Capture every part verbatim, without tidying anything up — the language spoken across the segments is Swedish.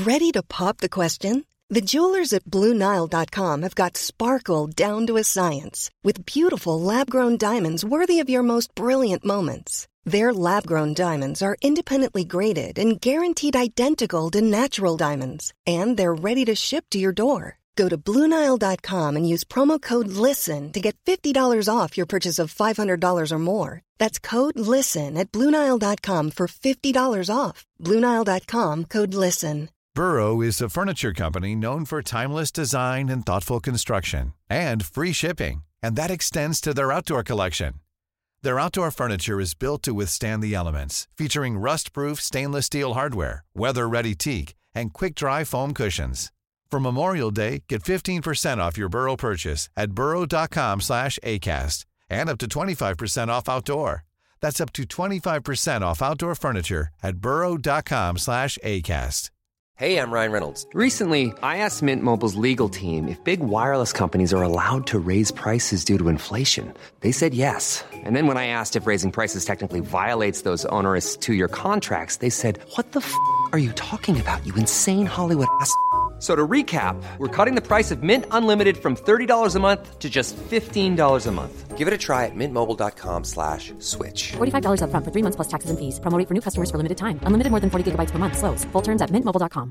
Ready to pop the question? The jewelers at Blue Nile dot com have got sparkle down to a science with beautiful lab-grown diamonds worthy of your most brilliant moments. Their lab-grown diamonds are independently graded and guaranteed identical to natural diamonds, and they're ready to ship to your door. Go to Blue Nile dot com and use promo code LISTEN to get fifty dollars off your purchase of five hundred dollars or more. That's code LISTEN at Blue Nile dot com for fifty dollars off. Blue Nile dot com, code LISTEN. Burrow is a furniture company known for timeless design and thoughtful construction, and free shipping, and that extends to their outdoor collection. Their outdoor furniture is built to withstand the elements, featuring rust-proof stainless steel hardware, weather-ready teak, and quick-dry foam cushions. For Memorial Day, get fifteen percent off your Burrow purchase at burrow dot com slash acast, and up to twenty-five percent off outdoor. That's up to twenty-five percent off outdoor furniture at burrow dot com slash acast. Hey, I'm Ryan Reynolds. Recently, I asked Mint Mobile's legal team if big wireless companies are allowed to raise prices due to inflation. They said yes. And then when I asked if raising prices technically violates those onerous two-year contracts, they said, what the f*** are you talking about, you insane Hollywood ass f- So to recap, we're cutting the price of Mint Unlimited from thirty dollars a month to just fifteen dollars a month. Give it a try at mintmobile.com slash switch. forty-five dollars up front for three months plus taxes and fees. Promo rate for new customers for limited time. Unlimited more than forty gigabytes per month. Slows full terms at mint mobile dot com.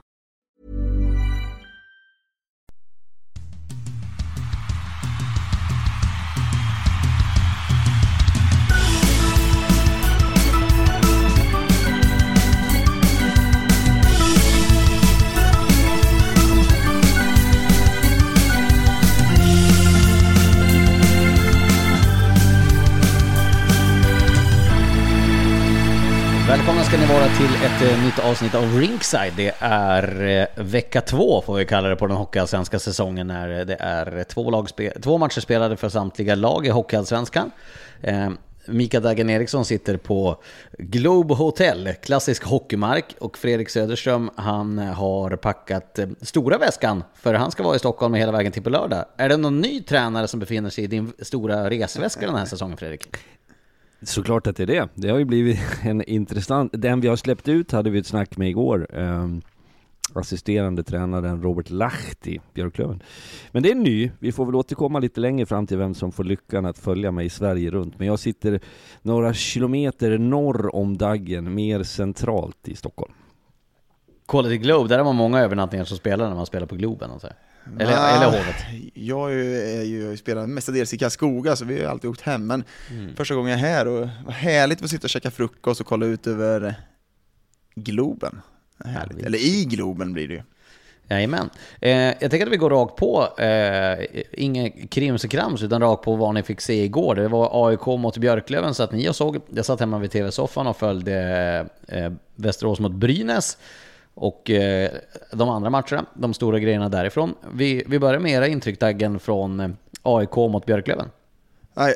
Välkomna ska ni vara till ett eh, nytt avsnitt av Rinkside. Det är eh, vecka två får vi kalla det på den hockeyallsvenska säsongen, när det är två, lag spe- två matcher spelade för samtliga lag i hockeyallsvenskan. Eh, Mikael Dagen Eriksson sitter på Globe Hotel, klassisk hockeymark, och Fredrik Söderström, han har packat eh, stora väskan för han ska vara i Stockholm hela vägen till på lördag. Är det någon ny tränare som befinner sig i din stora resväska den här säsongen, Fredrik? Såklart att det är det. Det har ju blivit en intressant... Den vi har släppt ut hade vi ett snack med igår. Um, assisterande tränaren Robert Lahti, Björklöven. Men det är ny. Vi får väl återkomma lite längre fram till vem som får lyckan att följa mig i Sverige runt. Men jag sitter några kilometer norr om Daggen, mer centralt i Stockholm. Quality Globe, där har man många övernattningar som spelar när man spelar på Globen och så här. Eller, ah, eller Hovet. Jag är ju, ju spelar mestadels i Karlskoga, så vi har ju alltid åkt hem. Men mm. första gången jag är här, och vad härligt att sitta och käka frukost och kolla ut över Globen. Härligt. Eller i Globen blir det ju. Jajamän. Eh, jag tänker att vi går rakt på eh, ingen krims och krams, utan rakt på vad ni fick se igår. Det var A I K mot Björklöven, så att ni och såg. Jag satt hemma vid tv-soffan och följde eh, Västerås mot Brynäs och eh, de andra matcherna, de stora grejerna därifrån. Vi, vi börjar med era intryck, Daggen, från eh, A I K mot Björklöven. Nej,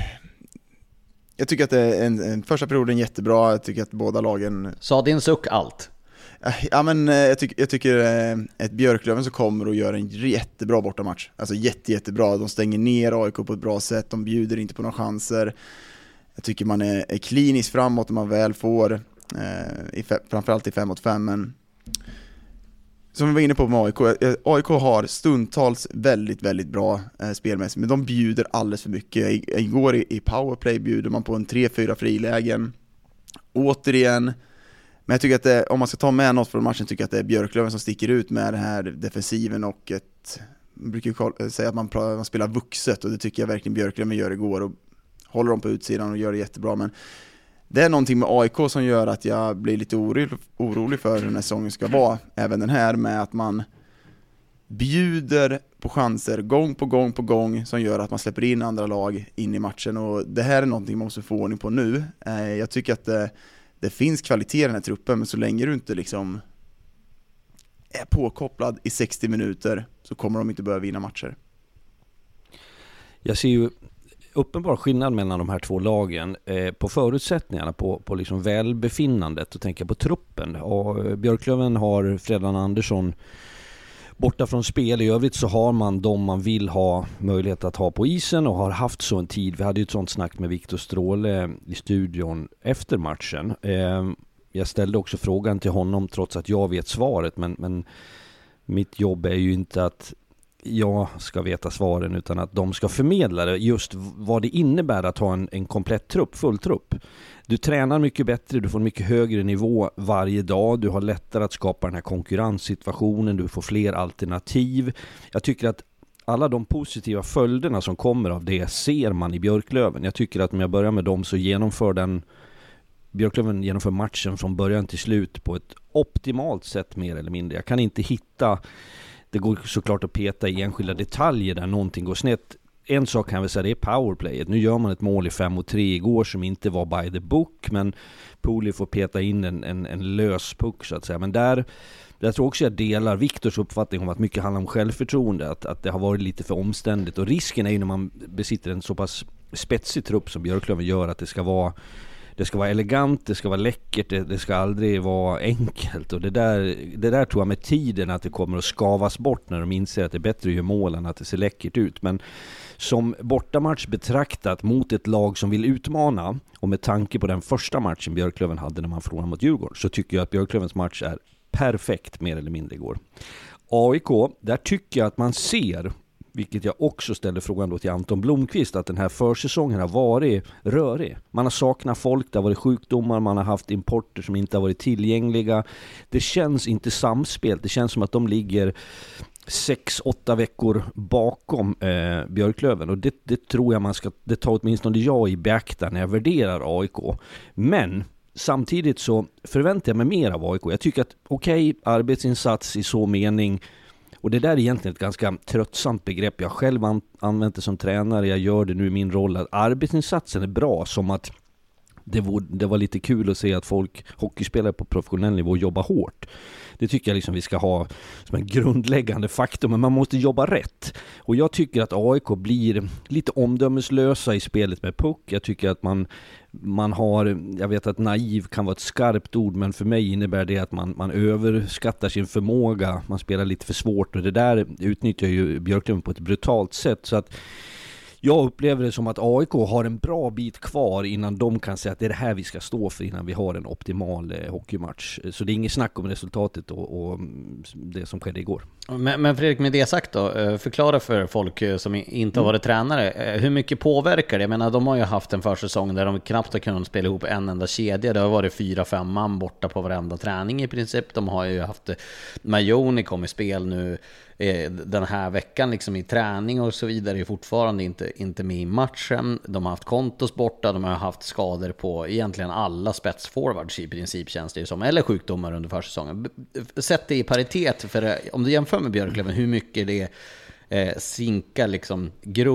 jag tycker att det är en, en första perioden jättebra. Jag tycker att båda lagen... Sa din suck allt? Ja, men jag, tycker, jag tycker ett Björklöven som kommer och gör en jättebra bortamatch. Alltså jätte, jättebra. De stänger ner A I K på ett bra sätt. De bjuder inte på några chanser. Jag tycker man är, är kliniskt framåt om man väl får eh, i, framförallt i fem mot fem. Men som vi var inne på med A I K, A I K har stundtals väldigt, väldigt bra eh, spelmässigt, men de bjuder alldeles för mycket. I, igår i, i powerplay bjuder man på en tre fyra frilägen. Återigen. Men jag tycker att det, om man ska ta med något från matchen, tycker jag att det är Björklöven som sticker ut med det här defensiven och ett, man brukar säga att man, man spelar vuxet, och det tycker jag verkligen Björklöven gör igår, och håller dem på utsidan och gör det jättebra. Men det är någonting med A I K som gör att jag blir lite orolig, orolig för hur den här säsongen ska vara, även den här, med att man bjuder på chanser gång på gång på gång som gör att man släpper in andra lag in i matchen, och det här är någonting man måste få ordning på nu. Jag tycker att det Det finns kvalitet i den här truppen, men så länge du inte liksom är påkopplad i sextio minuter så kommer de inte börja vinna matcher. Jag ser ju uppenbar skillnad mellan de här två lagen eh, på förutsättningarna, på, på liksom välbefinnandet, och tänka på truppen. Och Björklöven har Fredan Andersson borta från spel. I övrigt så har man de man vill ha möjlighet att ha på isen, och har haft så en tid. Vi hade ju ett sånt snack med Viktor Stråle i studion efter matchen. Eh, jag ställde också frågan till honom trots att jag vet svaret, men, men mitt jobb är ju inte att jag ska veta svaren utan att de ska förmedla det, just vad det innebär att ha en, en komplett trupp, full trupp. Du tränar mycket bättre, du får en mycket högre nivå varje dag, du har lättare att skapa den här konkurrenssituationen, du får fler alternativ. Jag tycker att alla de positiva följderna som kommer av det ser man i Björklöven. Jag tycker att om jag börjar med dem så genomför den Björklöven genomför matchen från början till slut på ett optimalt sätt mer eller mindre. Jag kan inte hitta, det går såklart att peta i enskilda detaljer där någonting går snett. En sak kan jag väl säga, det är powerplayet. Nu gör man ett mål i fem mot tre igår som inte var by the book, men Pooley får peta in en, en, en lös puck så att säga. Men där, jag tror också jag delar Viktors uppfattning om att mycket handlar om självförtroende, att, att det har varit lite för omständigt. Och risken är ju när man besitter en så pass spetsig trupp som Björklöven gör att det ska vara Det ska vara elegant, det ska vara läckert, det, det ska aldrig vara enkelt. Och det där, det där tror jag med tiden att det kommer att skavas bort när de inser att det är bättre att göra mål än att det ser läckert ut. Men som bortamatch betraktat mot ett lag som vill utmana, och med tanke på den första matchen Björklöven hade när man förlorade mot Djurgården, så tycker jag att Björklövens match är perfekt mer eller mindre igår. A I K, där tycker jag att man ser, vilket jag också ställde frågan då till Anton Blomqvist, att den här försäsongen har varit rörig. Man har saknat folk, det har varit sjukdomar, man har haft importer som inte har varit tillgängliga. Det känns inte samspel, det känns som att de ligger sex, åtta veckor bakom eh, Björklöven. Och det, det tror jag man ska, det tar åtminstone jag i beaktan när jag värderar A I K. Men samtidigt så förväntar jag mig mer av A I K. Jag tycker att okej, okay, arbetsinsats i så mening. Och det där är egentligen ett ganska tröttsamt begrepp. Jag själv an- använt det som tränare. Jag gör det nu i min roll. Att arbetsinsatsen är bra, som att det var, det var lite kul att se att folk, hockeyspelare på professionell nivå, jobbar hårt. Det tycker jag liksom vi ska ha som en grundläggande faktum. Men man måste jobba rätt. Och jag tycker att A I K blir lite omdömeslösa i spelet med puck. Jag tycker att man, man har, jag vet att naiv kan vara ett skarpt ord, men för mig innebär det att man, man överskattar sin förmåga. Man spelar lite för svårt, och det där utnyttjar ju Björklöven på ett brutalt sätt. Så att jag upplever det som att A I K har en bra bit kvar innan de kan säga att det är det här vi ska stå för innan vi har en optimal eh, hockeymatch. Så det är inget snack om resultatet och, och det som skedde igår. Men, men Fredrik, med det sagt då, förklara för folk som inte har varit tränare, hur mycket påverkar det? Jag menar, de har ju haft en försäsong där de knappt har kunnat spela ihop en enda kedja. Det har varit fyra, fem man borta på varenda träning i princip. De har ju haft Majoni kom i spel nu den här veckan liksom i träning och så vidare, är fortfarande inte, inte med i matchen. De har haft Kontos borta, de har haft skador på egentligen alla spetsforwards i princip, känns det ju som, eller sjukdomar under försäsongen. Sätt det i paritet, för om du jämför med Björklöven, hur mycket det eh, sinkar liksom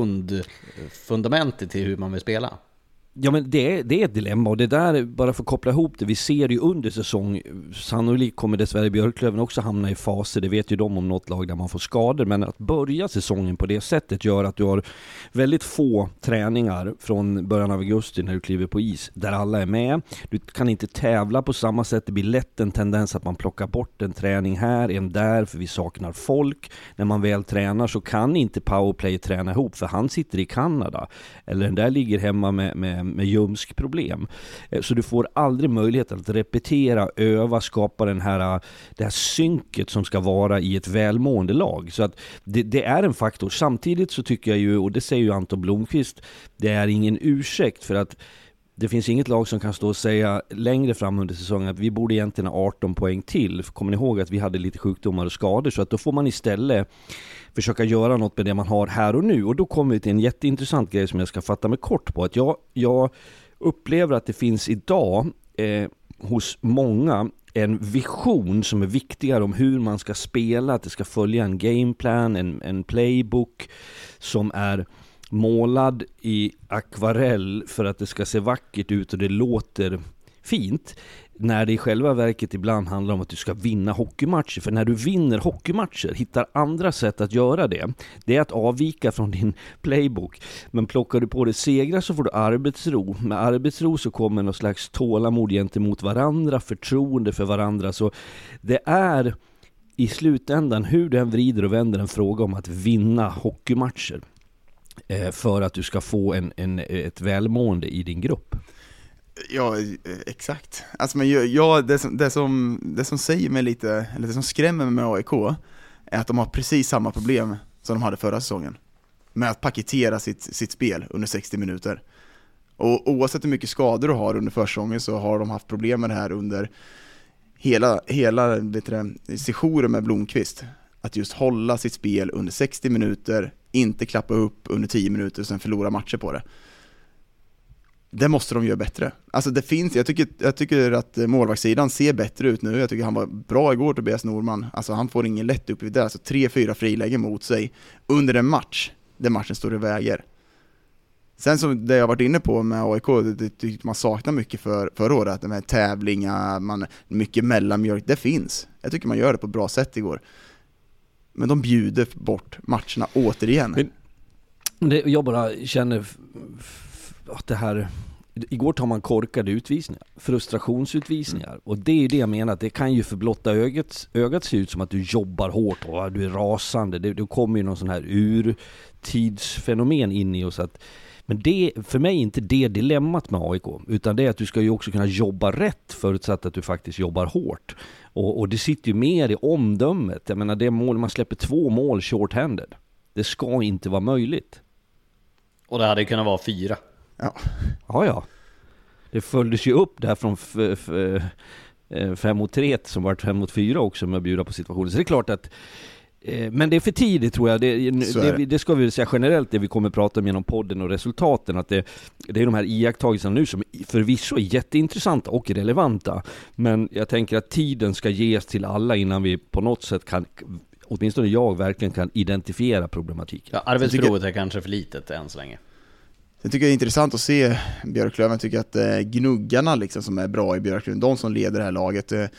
grundfundamentet till hur man vill spela. Ja, men det är, det är ett dilemma, och det där, bara för att koppla ihop det, vi ser ju under säsong, sannolikt kommer dessvärre Björklöven också hamna i faser, det vet ju de om något lag där man får skador, men att börja säsongen på det sättet gör att du har väldigt få träningar från början av augusti när du kliver på is, där alla är med. Du kan inte tävla på samma sätt, det blir lätt en tendens att man plockar bort en träning här, en där, för vi saknar folk. När man väl tränar så kan inte powerplay träna ihop, för han sitter i Kanada, eller den där ligger hemma med, med med ljumsk problem. Så du får aldrig möjlighet att repetera, öva, skapa den här, det här synket som ska vara i ett välmående lag. Så att det, det är en faktor. Samtidigt så tycker jag ju, och det säger ju Anton Blomqvist, det är ingen ursäkt, för att det finns inget lag som kan stå och säga längre fram under säsongen att vi borde egentligen ha arton poäng till. Kommer ni ihåg att vi hade lite sjukdomar och skador? Så att då får man istället försöka göra något med det man har här och nu. Och då kommer vi till en jätteintressant grej som jag ska fatta mig kort på. Att jag, jag upplever att det finns idag eh, hos många en vision som är viktigare om hur man ska spela. Att det ska följa en gameplan, en, en playbook som är målad i akvarell för att det ska se vackert ut och det låter fint, när det i själva verket ibland handlar om att du ska vinna hockeymatcher. För när du vinner hockeymatcher, hittar andra sätt att göra det, det är att avvika från din playbook. Men plockar du på dig segrar så får du arbetsro. Med arbetsro så kommer någon slags tålamod gentemot varandra, förtroende för varandra. Så det är i slutändan, hur den vrider och vänder, en fråga om att vinna hockeymatcher för att du ska få en, en, ett välmående i din grupp. Ja, exakt. Alltså, men jag, jag, det, som, det, som, det som säger mig lite, eller det som skrämmer mig med A I K är att de har precis samma problem som de hade förra säsongen med att paketera sitt, sitt spel under sextio minuter. Och oavsett hur mycket skador du har under försäsongen så har de haft problem med det här under hela, hela vet du, sessionen med Blomqvist. Att just hålla sitt spel under sextio minuter, inte klappa upp under tio minuter och sen förlora matcher på det. Det måste de göra bättre. Alltså det finns, jag tycker, jag tycker att målvaktssidan ser bättre ut nu. Jag tycker han var bra igår, Tobias Norman. Alltså han får ingen lätt uppgift där. Alltså tre, fyra frilägen mot sig under en match där matchen står i väger. Sen som det jag varit inne på med A I K, det tyckte man saknar mycket för, förra året. Att de här tävlingar, man, mycket mellanmjölk, det finns. Jag tycker man gör det på ett bra sätt igår. Men de bjuder bort matcherna återigen. Men det, jag bara känner f- f- att det här... Igår tar man korkade utvisningar, frustrationsutvisningar. Mm. Och det är det jag menar, att det kan ju för blotta ögat, ögat se ut som att du jobbar hårt och du är rasande. Det, det kommer ju någon sån här urtidsfenomen in i oss. Att, men det, för mig är inte det dilemmat med A I K, utan det är att du ska ju också kunna jobba rätt förutsatt att du faktiskt jobbar hårt. Och, och det sitter ju mer i omdömet. Jag menar, det mål, man släpper två mål short-handed. Det ska inte vara möjligt. Och det hade kunnat vara fyra. Ja. Ja, ja. Det följdes ju upp där från f- f- fem mot tre som var fem mot fyra också med att bjuda på situationen. Så det är klart att eh, men det är för tidigt tror jag. Det, det, det, det ska vi säga generellt, det vi kommer prata om genom podden och resultaten, att det, det är de här iakttagelserna nu som förvisso är jätteintressanta och relevanta. Men jag tänker att tiden ska ges till alla innan vi på något sätt kan, åtminstone jag, verkligen kan identifiera problematiken. Ja, arbetsprovet är kanske för litet än så länge. Jag tycker det är intressant att se Björklöven. Jag tycker att eh, gnuggarna liksom, som är bra i Björklöven, de som leder det här laget, eh,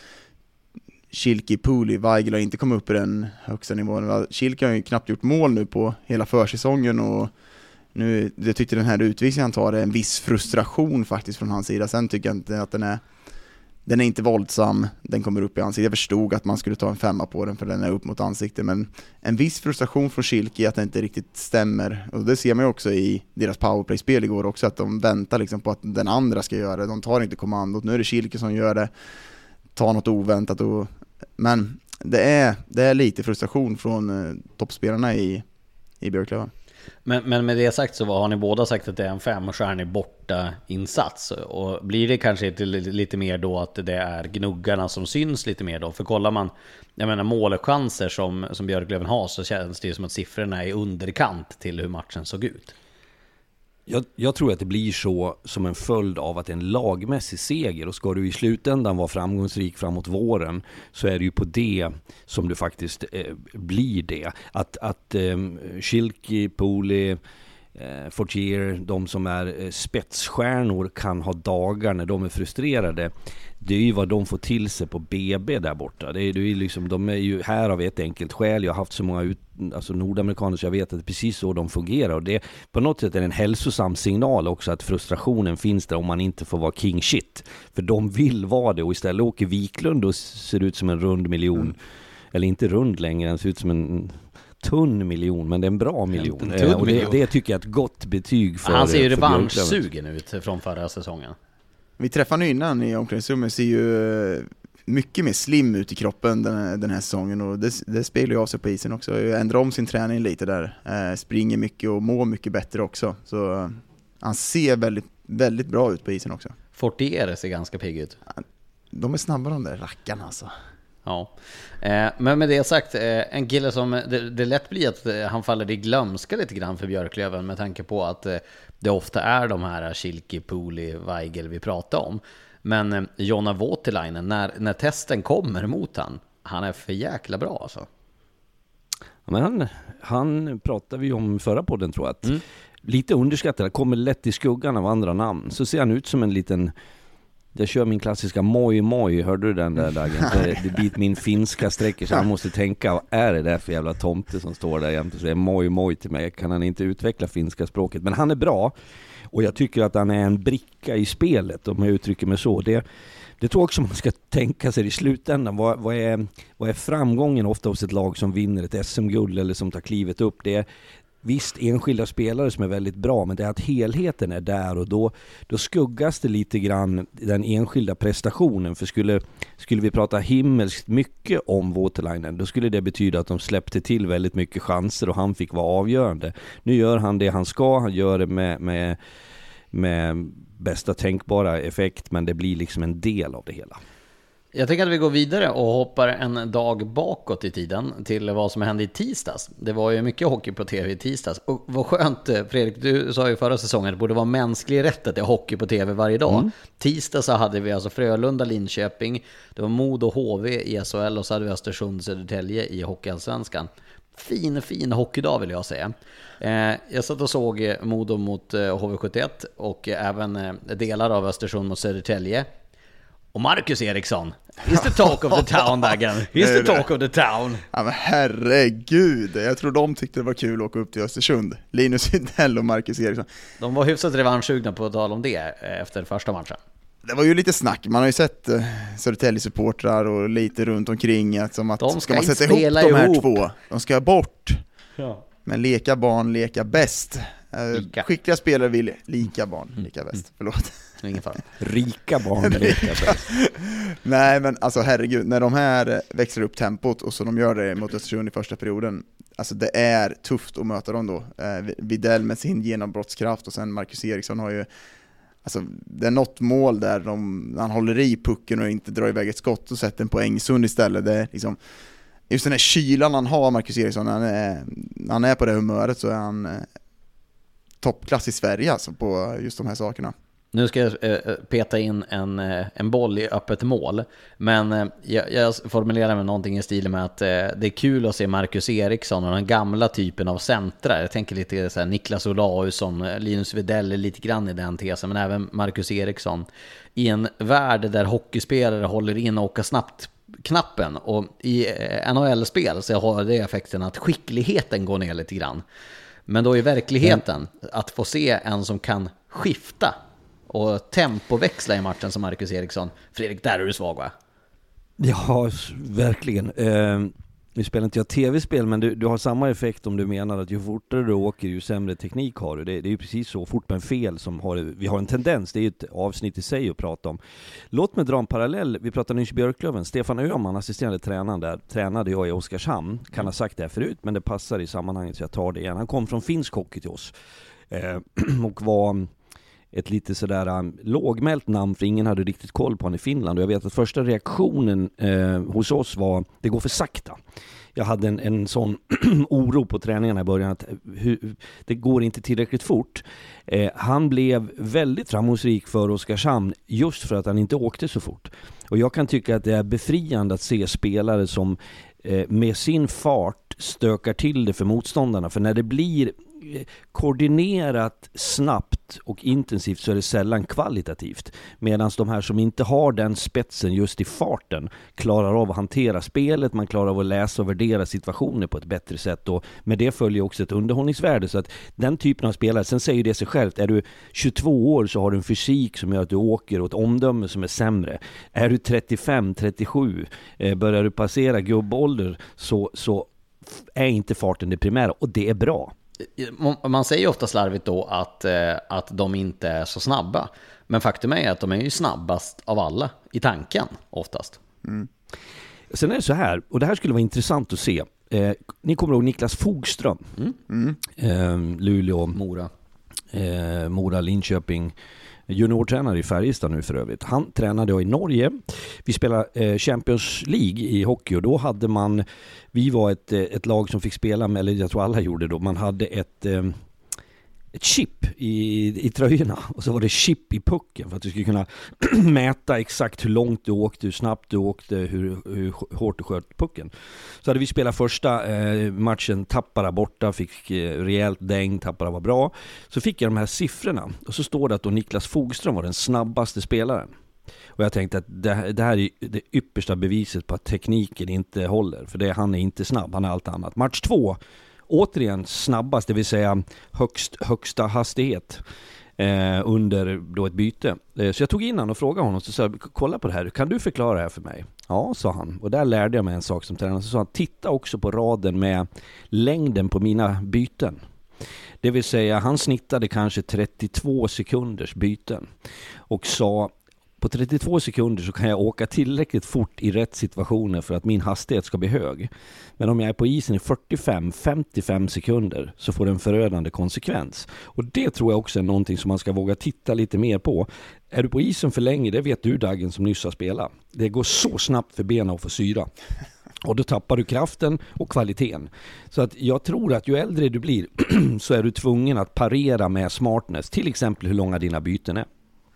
Schilke, Pooley, Weigel har inte kommit upp i den högsta nivån. Schilke har ju knappt gjort mål nu på hela försäsongen, och nu, jag tyckte den här utvisningen han tar är en viss frustration faktiskt från hans sida. Sen tycker jag inte att den är den är inte våldsam, den kommer upp i ansiktet. Jag förstod att man skulle ta en femma på den för den är upp mot ansiktet, men en viss frustration från Schilke att det inte riktigt stämmer. Och det ser man ju också i deras powerplay-spel igår också, att de väntar liksom på att den andra ska göra det. De tar inte kommandot. Nu är det Schilke som gör det, tar något oväntat. Och, men det är, det är lite frustration från eh, toppspelarna i, i Björklöven. Men, men med det sagt så har ni båda sagt att det är en femstjärnig borta insats. Och blir det kanske lite, lite mer då att det är gnuggarna som syns lite mer då? För kollar man, jag menar, målchanser som, som Björklöven har, så känns det ju som att siffrorna är underkant till hur matchen såg ut. Jag, jag tror att det blir så som en följd av att en lagmässig seger, och ska du i slutändan vara framgångsrik framåt våren, så är det ju på det som du faktiskt eh, blir det. Att, att eh, Schilke, Pooley, eh, Fortier, de som är eh, spetsstjärnor, kan ha dagar när de är frustrerade. Det är ju vad de får till sig på B B där borta. Det är, det är liksom, de är ju här av ett enkelt skäl. Jag har haft så många ut, alltså nordamerikaner, så jag vet att det är precis så de fungerar. Och det, på något sätt är det en hälsosam signal också att frustrationen finns där om man inte får vara king shit. För de vill vara det, och istället åker Wiklund och ser ut som en rund miljon. Mm. Eller inte rund längre, den ser ut som en tunn miljon, men det är en bra miljon. En och det, det tycker jag är ett gott betyg för. Han ser ju revanschsugen ut från förra säsongen. Vi träffade nu innan i omklädningsrummet, ser ju mycket mer slim ut i kroppen den här, den här säsongen, och det, det spelar ju av sig på isen också. Jag ändrar om sin träning lite där, eh, springer mycket och mår mycket bättre också. Så eh, han ser väldigt, väldigt bra ut på isen också. Fortier ser ganska pigg ut. De är snabba de där rackarna alltså. Ja, eh, men med det sagt, eh, en kille som det, det lätt blir att eh, han faller i glömska lite grann för Björklöven, med tanke på att eh, det ofta är de här Schilke, Pooley, Weigel vi pratar om. Men eh, Jonna Voutilainen, när, när testen kommer mot han, han är för jäkla bra alltså. Ja, men han, han pratade vi om förra podden, tror jag, att mm. lite underskattad, kommer lätt i skuggan av andra namn. Så ser han ut som en liten... Jag kör min klassiska moj moj, hörde du den där dagen? Det, det bit min finska sträcker, så han måste tänka, vad är det där för jävla tomte som står där jämt och säger moj moj till mig? Kan han inte utveckla finska språket? Men han är bra, och jag tycker att han är en bricka i spelet, om jag uttrycker mig så. Det, det tror jag också man ska tänka sig i slutändan. Vad, vad, är, vad är framgången ofta hos ett lag som vinner ett S M-guld eller som tar klivet upp? Det är, visst enskilda spelare som är väldigt bra, men det är att helheten är där, och då, då skuggas det lite grann den enskilda prestationen. För skulle, skulle vi prata himmelskt mycket om Voutilainen, då skulle det betyda att de släppte till väldigt mycket chanser och han fick vara avgörande. Nu gör han det han ska, han gör det med, med, med bästa tänkbara effekt, men det blir liksom en del av det hela. Jag tänker att vi går vidare och hoppar en dag bakåt i tiden till vad som hände i tisdags. Det var ju mycket hockey på tv i tisdags. Och vad skönt, Fredrik, du sa ju förra säsongen att det borde vara mänsklig rätt att det är hockey på tv varje dag. Mm. Tisdag så hade vi alltså Frölunda, Linköping, det var Modo H V i S H L och så hade vi Östersund, Södertälje i Hockeyallsvenskan. Fin, fin hockeydag vill jag säga. Eh, jag satt och såg Modo mot eh, H V sjuttioett och även eh, delar av Östersund mot Södertälje. Och Marcus Eriksson, he's the talk of the town där again. He's the talk of the town. Ja men herregud, jag tror de tyckte det var kul att åka upp till Östersund. Linus Widell och Marcus Eriksson. De var hyfsat revanschsugna på att tala om det efter första matchen. Det var ju lite snack, man har ju sett uh, Södertälje-supportrar och lite runt omkring att, som att de ska, ska man sätta ihop de här ihop. två, de ska bort. Ja. Men leka barn, leka bäst. Uh, skickliga spelare vill lika barn, lika bäst. Mm. Förlåt. Ingen fall. Rika barn leka bäst. Nej men alltså herregud, när de här växlar upp tempot och så de gör det mot Östersund i första perioden, alltså det är tufft att möta dem då. Uh, Widell med sin genombrottskraft och sen Marcus Eriksson har ju, alltså det är något mål där de, han håller i pucken och inte drar iväg ett skott och sätter en poängsund istället. Det är liksom, just den här kylan han har, Marcus Eriksson, han är, han är på det humöret, så är han eh, toppklass i Sverige alltså, på just de här sakerna. Nu ska jag eh, peta in en, eh, en boll i öppet mål. Men eh, jag, jag formulerar med någonting i stil med att eh, det är kul att se Marcus Eriksson och den gamla typen av centrar. Jag tänker lite så här, Niklas Olausson, Linus Widell lite grann i den tesen, men även Marcus Eriksson. I en värld där hockeyspelare håller in och åker snabbt knappen, och i N H L-spel så har det effekten att skickligheten går ner lite grann. Men då i verkligheten, mm. att få se en som kan skifta och tempoväxla i matchen som Marcus Eriksson. Fredrik, där är du svag, va? Ja, verkligen. Eh, nu spelar inte jag tv-spel, men du, du har samma effekt om du menar att ju fortare du åker, ju sämre teknik har du. Det, det är ju precis så, fort med fel som har, vi har en tendens, det är ju ett avsnitt i sig att prata om. Låt mig dra en parallell. Vi pratar Nyns Björklöven. Stefan Öhman, assisterande tränaren där, tränade jag i Oskarshamn. Kan ha sagt det här förut, men det passar i sammanhanget så jag tar det igen. Han kom från finsk hockey till oss eh, och var ett lite sådär um, lågmält namn, för ingen hade riktigt koll på han i Finland. Och jag vet att första reaktionen eh, hos oss var, det går för sakta. Jag hade en, en sån oro på träningarna i början att hur, det går inte tillräckligt fort. Eh, han blev väldigt framgångsrik för Oskarshamn just för att han inte åkte så fort. Och jag kan tycka att det är befriande att se spelare som eh, med sin fart stökar till det för motståndarna. För när det blir koordinerat, snabbt och intensivt så är det sällan kvalitativt. Medan de här som inte har den spetsen just i farten klarar av att hantera spelet, man klarar av att läsa och värdera situationer på ett bättre sätt, och med det följer också ett underhållningsvärde. Så att den typen av spelare, sen säger det sig självt, är du tjugotvå år så har du en fysik som gör att du åker, och ett omdöme som är sämre. Är du trettiofem trettiosju, eh, börjar du passera gubbålder, så, så är inte farten det primära, och det är bra. Man säger ju ofta slarvigt då att, att de inte är så snabba. Men faktum är att de är ju snabbast av alla i tanken oftast. Mm. Sen är det så här, och det här skulle vara intressant att se. Eh, ni kommer ihåg Niklas Fogström. Mm. Mm. Eh, Luleå, Mora. Eh, Mora, Linköping. Juniortränare i Färjestad nu för övrigt. Han tränade i Norge. Vi spelade eh, Champions League i hockey, och då hade man, vi var ett, ett lag som fick spela med, eller jag tror alla gjorde då, man hade ett, eh, ett chip i, i tröjorna, och så var det chip i pucken för att du skulle kunna mäta exakt hur långt du åkte, hur snabbt du åkte, hur, hur hårt du sköt pucken. Så hade vi spelat första eh, matchen, Tappara borta, fick eh, rejält däng, Tappara var bra. Så fick jag de här siffrorna, och så står det att då Niklas Fogström var den snabbaste spelaren. Och jag tänkte att det, det här är det yppersta beviset på att tekniken inte håller, för det, han är inte snabb, han är allt annat. Match två, återigen snabbast, det vill säga högst, högsta hastighet eh, under då ett byte. Eh, så jag tog in han och frågade honom, så sa jag, kolla på det här, kan du förklara det här för mig? Ja, sa han. Och där lärde jag mig en sak som tränare. Så sa han, titta också på raden med längden på mina byten. Det vill säga, han snittade kanske trettiotvå sekunders byten och sa på trettiotvå sekunder så kan jag åka tillräckligt fort i rätt situationer för att min hastighet ska bli hög. Men om jag är på isen i fyrtiofem till femtiofem sekunder så får det en förödande konsekvens. Och det tror jag också är någonting som man ska våga titta lite mer på. Är du på isen för länge, det vet du Dagen som nyss har spelat. Det går så snabbt för benen att få syra. Och då tappar du kraften och kvaliteten. Så att jag tror att ju äldre du blir så är du tvungen att parera med smartness. Till exempel hur långa dina byten är.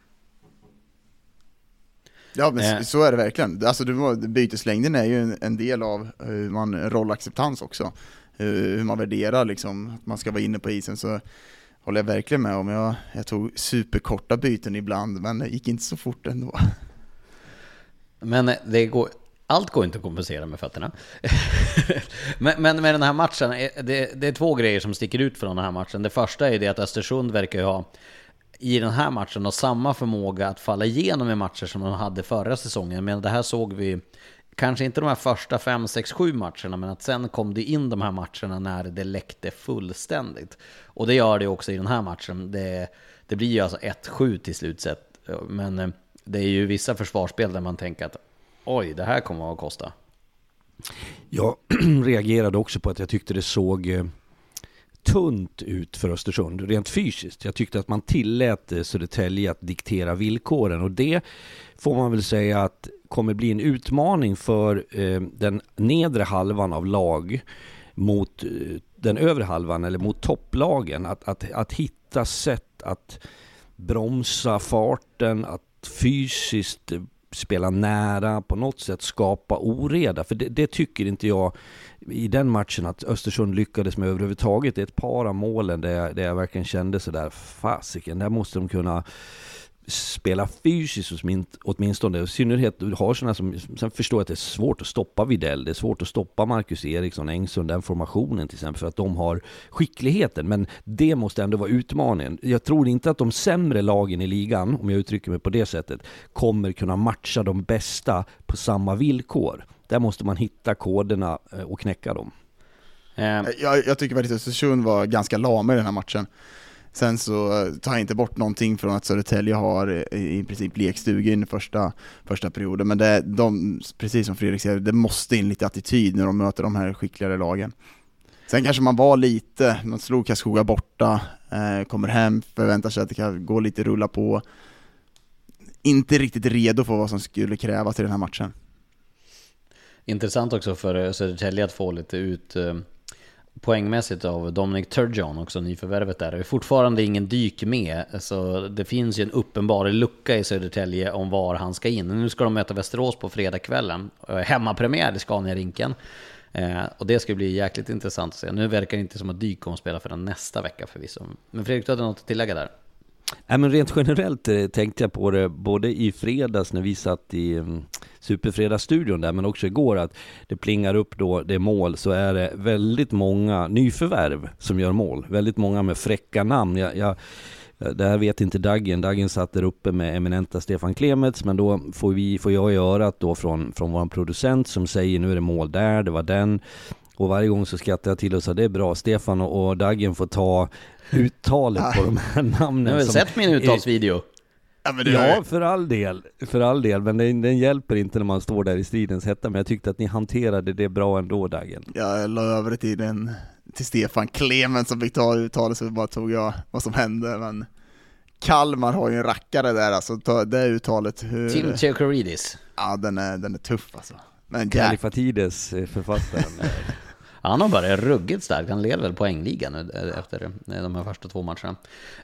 Ja, men så är det verkligen. Alltså, byteslängden är ju en, en del av hur man rollacceptans också. Hur, hur man värderar liksom, att man ska vara inne på isen. Så håller jag verkligen med om. Jag, jag tog superkorta byten ibland, men det gick inte så fort ändå. Men det går, allt går inte att kompensera med fötterna. men, men med den här matchen, det, det är två grejer som sticker ut från den här matchen. Det första är det att Östersund verkar ju ha i den här matchen har samma förmåga att falla igenom i matcher som de hade förra säsongen. Men det här såg vi kanske inte de här första fem, sex, sju matcherna, men att sen kom det in de här matcherna när det läckte fullständigt. Och det gör det också i den här matchen. Det, det blir ju alltså ett sju till slutsett. Men det är ju vissa försvarsspel där man tänker att oj, det här kommer att kosta. Jag reagerade också på att jag tyckte det såg tunt ut för Östersund, rent fysiskt. Jag tyckte att man tillät Södertälje att diktera villkoren, och det får man väl säga att kommer bli en utmaning för eh, den nedre halvan av lag mot eh, den övre halvan eller mot topplagen. Att, att, att hitta sätt att bromsa farten, att fysiskt spela nära, på något sätt skapa oreda. För det, det tycker inte jag i den matchen att Östersund lyckades med överhuvudtaget. Det är ett par av målen där jag, där jag verkligen kände så där, fasiken, där måste de kunna spela fysiskt åtminstone. I synnerhet du har sådana som, sen förstår jag att det är svårt att stoppa Videll, det är svårt att stoppa Marcus Eriksson, Engsund, den formationen till exempel, för att de har skickligheten, men det måste ändå vara utmaningen. Jag tror inte att de sämre lagen i ligan, om jag uttrycker mig på det sättet, kommer kunna matcha de bästa på samma villkor. Där måste man hitta koderna och knäcka dem. Jag, jag tycker faktiskt att Östersund var ganska lama i den här matchen. Sen så tar jag inte bort någonting från att Södertälje har i princip lekstuga in i första, första perioden. Men det, de, precis som Fredrik säger, det måste in lite attityd när de möter de här skickligare lagen. Sen kanske man var lite, man slog Karlskoga borta, eh, kommer hem, förväntar sig att det kan gå lite rulla på. Inte riktigt redo för vad som skulle krävas i den här matchen. Intressant också för Södertälje att få lite ut poängmässigt av Dominic Turgeon, också nyförvärvet där. Det är fortfarande ingen dyk med, så det finns ju en uppenbar lucka i Södertälje om var han ska in. Nu ska de möta Västerås på fredagskvällen, hemmapremiär i Scania-rinken, och det ska bli jäkligt intressant att se. Nu verkar det inte som att dyk kommer spela för den nästa vecka förvisso. Men Fredrik, du hade något att tillägga där? Nej, men rent generellt eh, tänkte jag på det både i fredags när vi satt i um, Superfredagsstudion där, men också igår, att det plingar upp då det mål, så är det väldigt många nyförvärv som gör mål. Väldigt många med fräcka namn. Jag, jag, det här vet inte Dagen. Dagen satt där uppe med eminenta Stefan Klemets, men då får, vi, får jag göra då från, från vår producent som säger nu är det mål där, det var den. Och varje gång så skrattar jag till och så det är bra. Stefan och, och Dagen får ta uttalet på de här namnen. Jag har väl sett min uttalsvideo. Ja, men ja, för all del. För all del, men den, den hjälper inte när man står där i stridens hetta. Men jag tyckte att ni hanterade det bra ändå, Dagen. Ja, jag la över det till, den, till Stefan Klemen som fick ta uttalet, så bara tog jag vad som hände. Men Kalmar har ju en rackare där, alltså ta det uttalet. Hur... Tim Tsekoridis. Ja, den är, den är tuff alltså. Men Kalifatides, författaren. Han har bara ruggigt starkt. Han leder väl poängligan nu efter de här första två matcherna.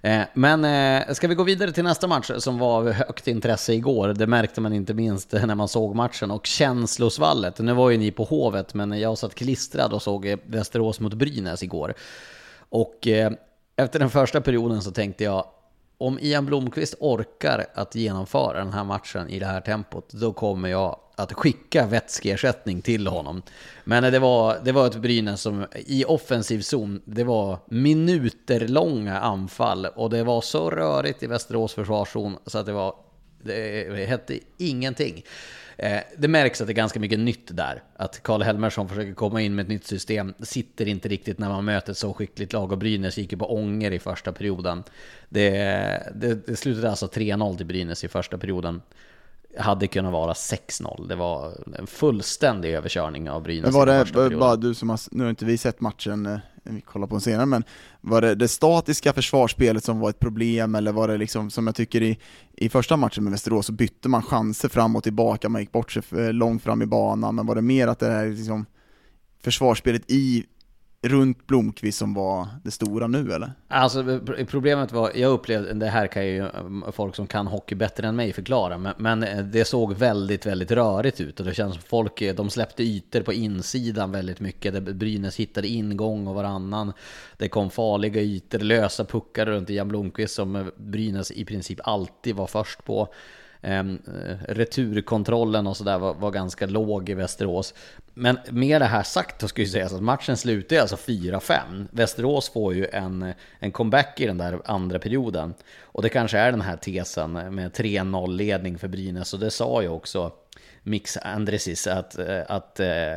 Men ska vi gå vidare till nästa match som var högt intresse igår. Det märkte man inte minst när man såg matchen. Och känslosvallet. Nu var ju ni på Hovet, men jag satt klistrad och såg Västerås mot Brynäs igår. Och efter den första perioden så tänkte jag, om Ian Blomqvist orkar att genomföra den här matchen i det här tempot, då kommer jag att skicka vätskeersättning till honom. Men det var, det var ett Brynäs som i offensiv zon, det var minuter långa anfall, och det var så rörigt i Västerås försvarszon så att det var Det hette ingenting. Det märks att det är ganska mycket nytt där. Att Karl Helmersson försöker komma in med ett nytt system sitter inte riktigt när man möter ett så skickligt lag. Och Brynäs gick ju på ånger i första perioden. Det, det, det slutade alltså tre noll till Brynäs i första perioden. Hade kunnat vara sex noll. Det var en fullständig överkörning av Brynäs. Men var det bara du som har, nu har inte vi sett matchen, vi kollar på en senare, men var det det statiska försvarsspelet som var ett problem, eller var det liksom som jag tycker i, i första matchen med Västerås så bytte man chanser fram och tillbaka, man gick bort sig långt fram i banan, men var det mer att det här liksom försvarsspelet i runt Blomqvist som var det stora nu, eller? Alltså problemet var, jag upplevde, det här kan ju folk som kan hockey bättre än mig förklara, men, men det såg väldigt, väldigt rörigt ut och det känns som folk, de släppte ytor på insidan väldigt mycket, där Brynäs hittade ingång och varannan, det kom farliga ytor, lösa puckar runt Ian Blomqvist som Brynäs i princip alltid var först på. Um, returkontrollen och sådär var, var ganska låg i Västerås. Men med det här sagt då ska jag säga att matchen slutar alltså fyra fem. Västerås får ju en, en comeback i den där andra perioden. Och det kanske är den här tesen med tre noll ledning för Brynäs. Och det sa ju också Mix Andresis att, att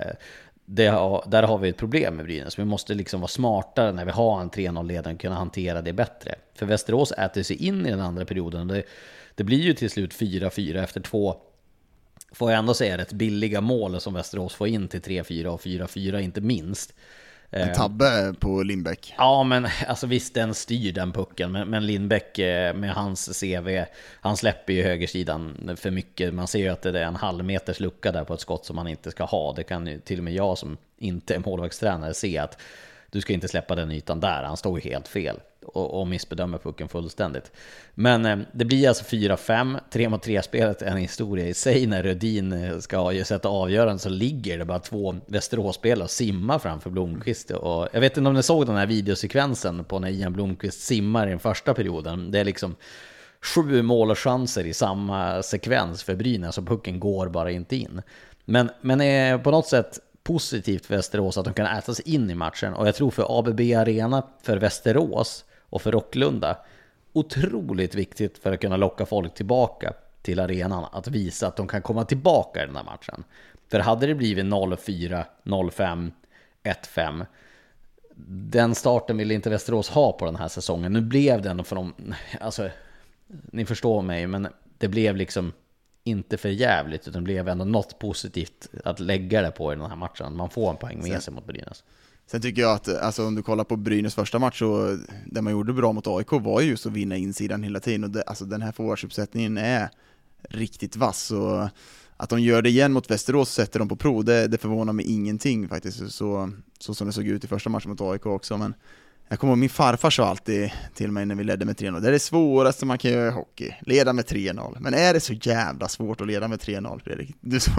det har, där har vi ett problem med Brynäs. Vi måste liksom vara smartare när vi har en tre noll ledning och kunna hantera det bättre. För Västerås äter sig in i den andra perioden. Det Det blir ju till slut fyra fyra efter två, får jag ändå säga, rätt billiga mål som Västerås får in till tre fyra och fyra fyra inte minst. En tabbe på Lindbäck. Ja, men alltså visst, den styr den pucken, men, men Lindbäck med hans C V, han släpper ju högersidan för mycket. Man ser ju att det är en halv meters lucka där på ett skott som man inte ska ha. Det kan ju till och med jag som inte är målvaktstränare se att du ska inte släppa den ytan där. Han står ju helt fel och, och missbedömer pucken fullständigt. Men eh, det blir alltså fyra fem. tre mot tre spelet är en historia i sig. När Rödin ska sätta avgörande så ligger det bara två Västeråsspelare och simmar framför Blomqvist. Och jag vet inte om ni såg den här videosekvensen på när Ian Blomqvist simmar i den första perioden. Det är liksom sju målchanser i samma sekvens för Brynäs och pucken går bara inte in. Men, men är på något sätt positivt för Västerås att de kan äta sig in i matchen. Och jag tror för A B B Arena, för Västerås och för Rocklunda, otroligt viktigt för att kunna locka folk tillbaka till arenan, att visa att de kan komma tillbaka i den här matchen. För hade det blivit noll fyra, noll fem, ett fem, den starten ville inte Västerås ha på den här säsongen. Nu blev det ändå för dem, alltså ni förstår mig, men det blev liksom inte för jävligt, utan det blev ändå något positivt att lägga det på i den här matchen. Man får en poäng med sig mot Brynäs. Sen tycker jag att alltså, om du kollar på Brynäs första match, så det man gjorde bra mot A I K var ju just att vinna insidan hela tiden. Och det, alltså, den här forwardsuppsättningen är riktigt vass. Och att de gör det igen mot Västerås och sätter dem på prov, det, det förvånar mig ingenting faktiskt. Så, så som det såg ut i första matchen mot A I K också. Men jag kommer ihåg, min farfar sa alltid till mig när vi ledde med tre noll: det är det svåraste man kan göra i hockey, leda med tre noll. Men är det så jävla svårt att leda med tre noll, Fredrik? Du så...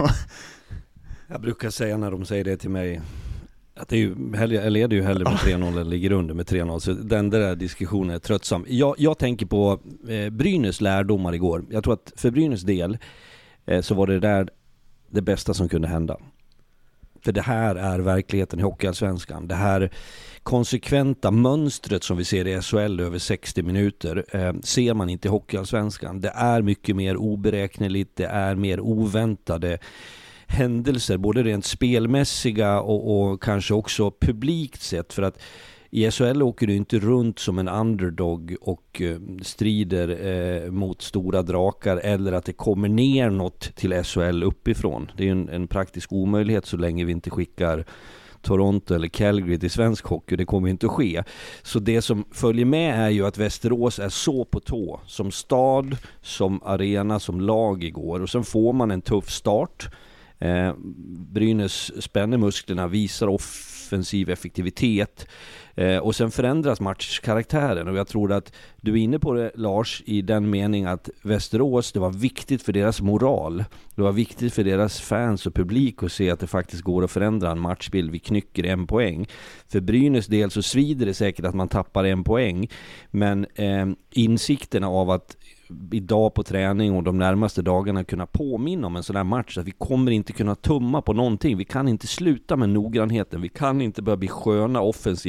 Jag brukar säga när de säger det till mig att det är ju, jag leder ju hellre med tre noll än ligger under med tre noll. Så den där diskussionen är tröttsam. Jag, jag tänker på eh, Brynäs lärdomar igår. Jag tror att för Brynäs del eh, så var det där det bästa som kunde hända. För det här är verkligheten i Hockeyallsvenskan. Det här konsekventa mönstret som vi ser i S H L över sextio minuter eh, ser man inte i Hockeyallsvenskan. Det är mycket mer oberäkneligt, det är mer oväntade händelser, både rent spelmässiga och, och kanske också publikt sett. För att i S H L åker du inte runt som en underdog och eh, strider eh, mot stora drakar, eller att det kommer ner något till S H L uppifrån. Det är en, en praktisk omöjlighet så länge vi inte skickar Toronto eller Calgary till svensk hockey. Det kommer inte att ske. Så det som följer med är ju att Västerås är så på tå som stad, som arena, som lag igår. Och sen får man en tuff start. Eh, Brynäs spänner musklerna, visar offensiv effektivitet eh, och sen förändras matchkaraktären. Och jag tror att du är inne på det, Lars, i den mening att Västerås, det var viktigt för deras moral, det var viktigt för deras fans och publik att se att det faktiskt går att förändra en matchbild. Vi knycker en poäng. För Brynäs del så svider det säkert att man tappar en poäng, men eh, insikterna av att idag på träning och de närmaste dagarna kunna påminna om en sån här match, att vi kommer inte kunna tumma på någonting, vi kan inte sluta med noggrannheten, vi kan inte börja bli sköna offensivt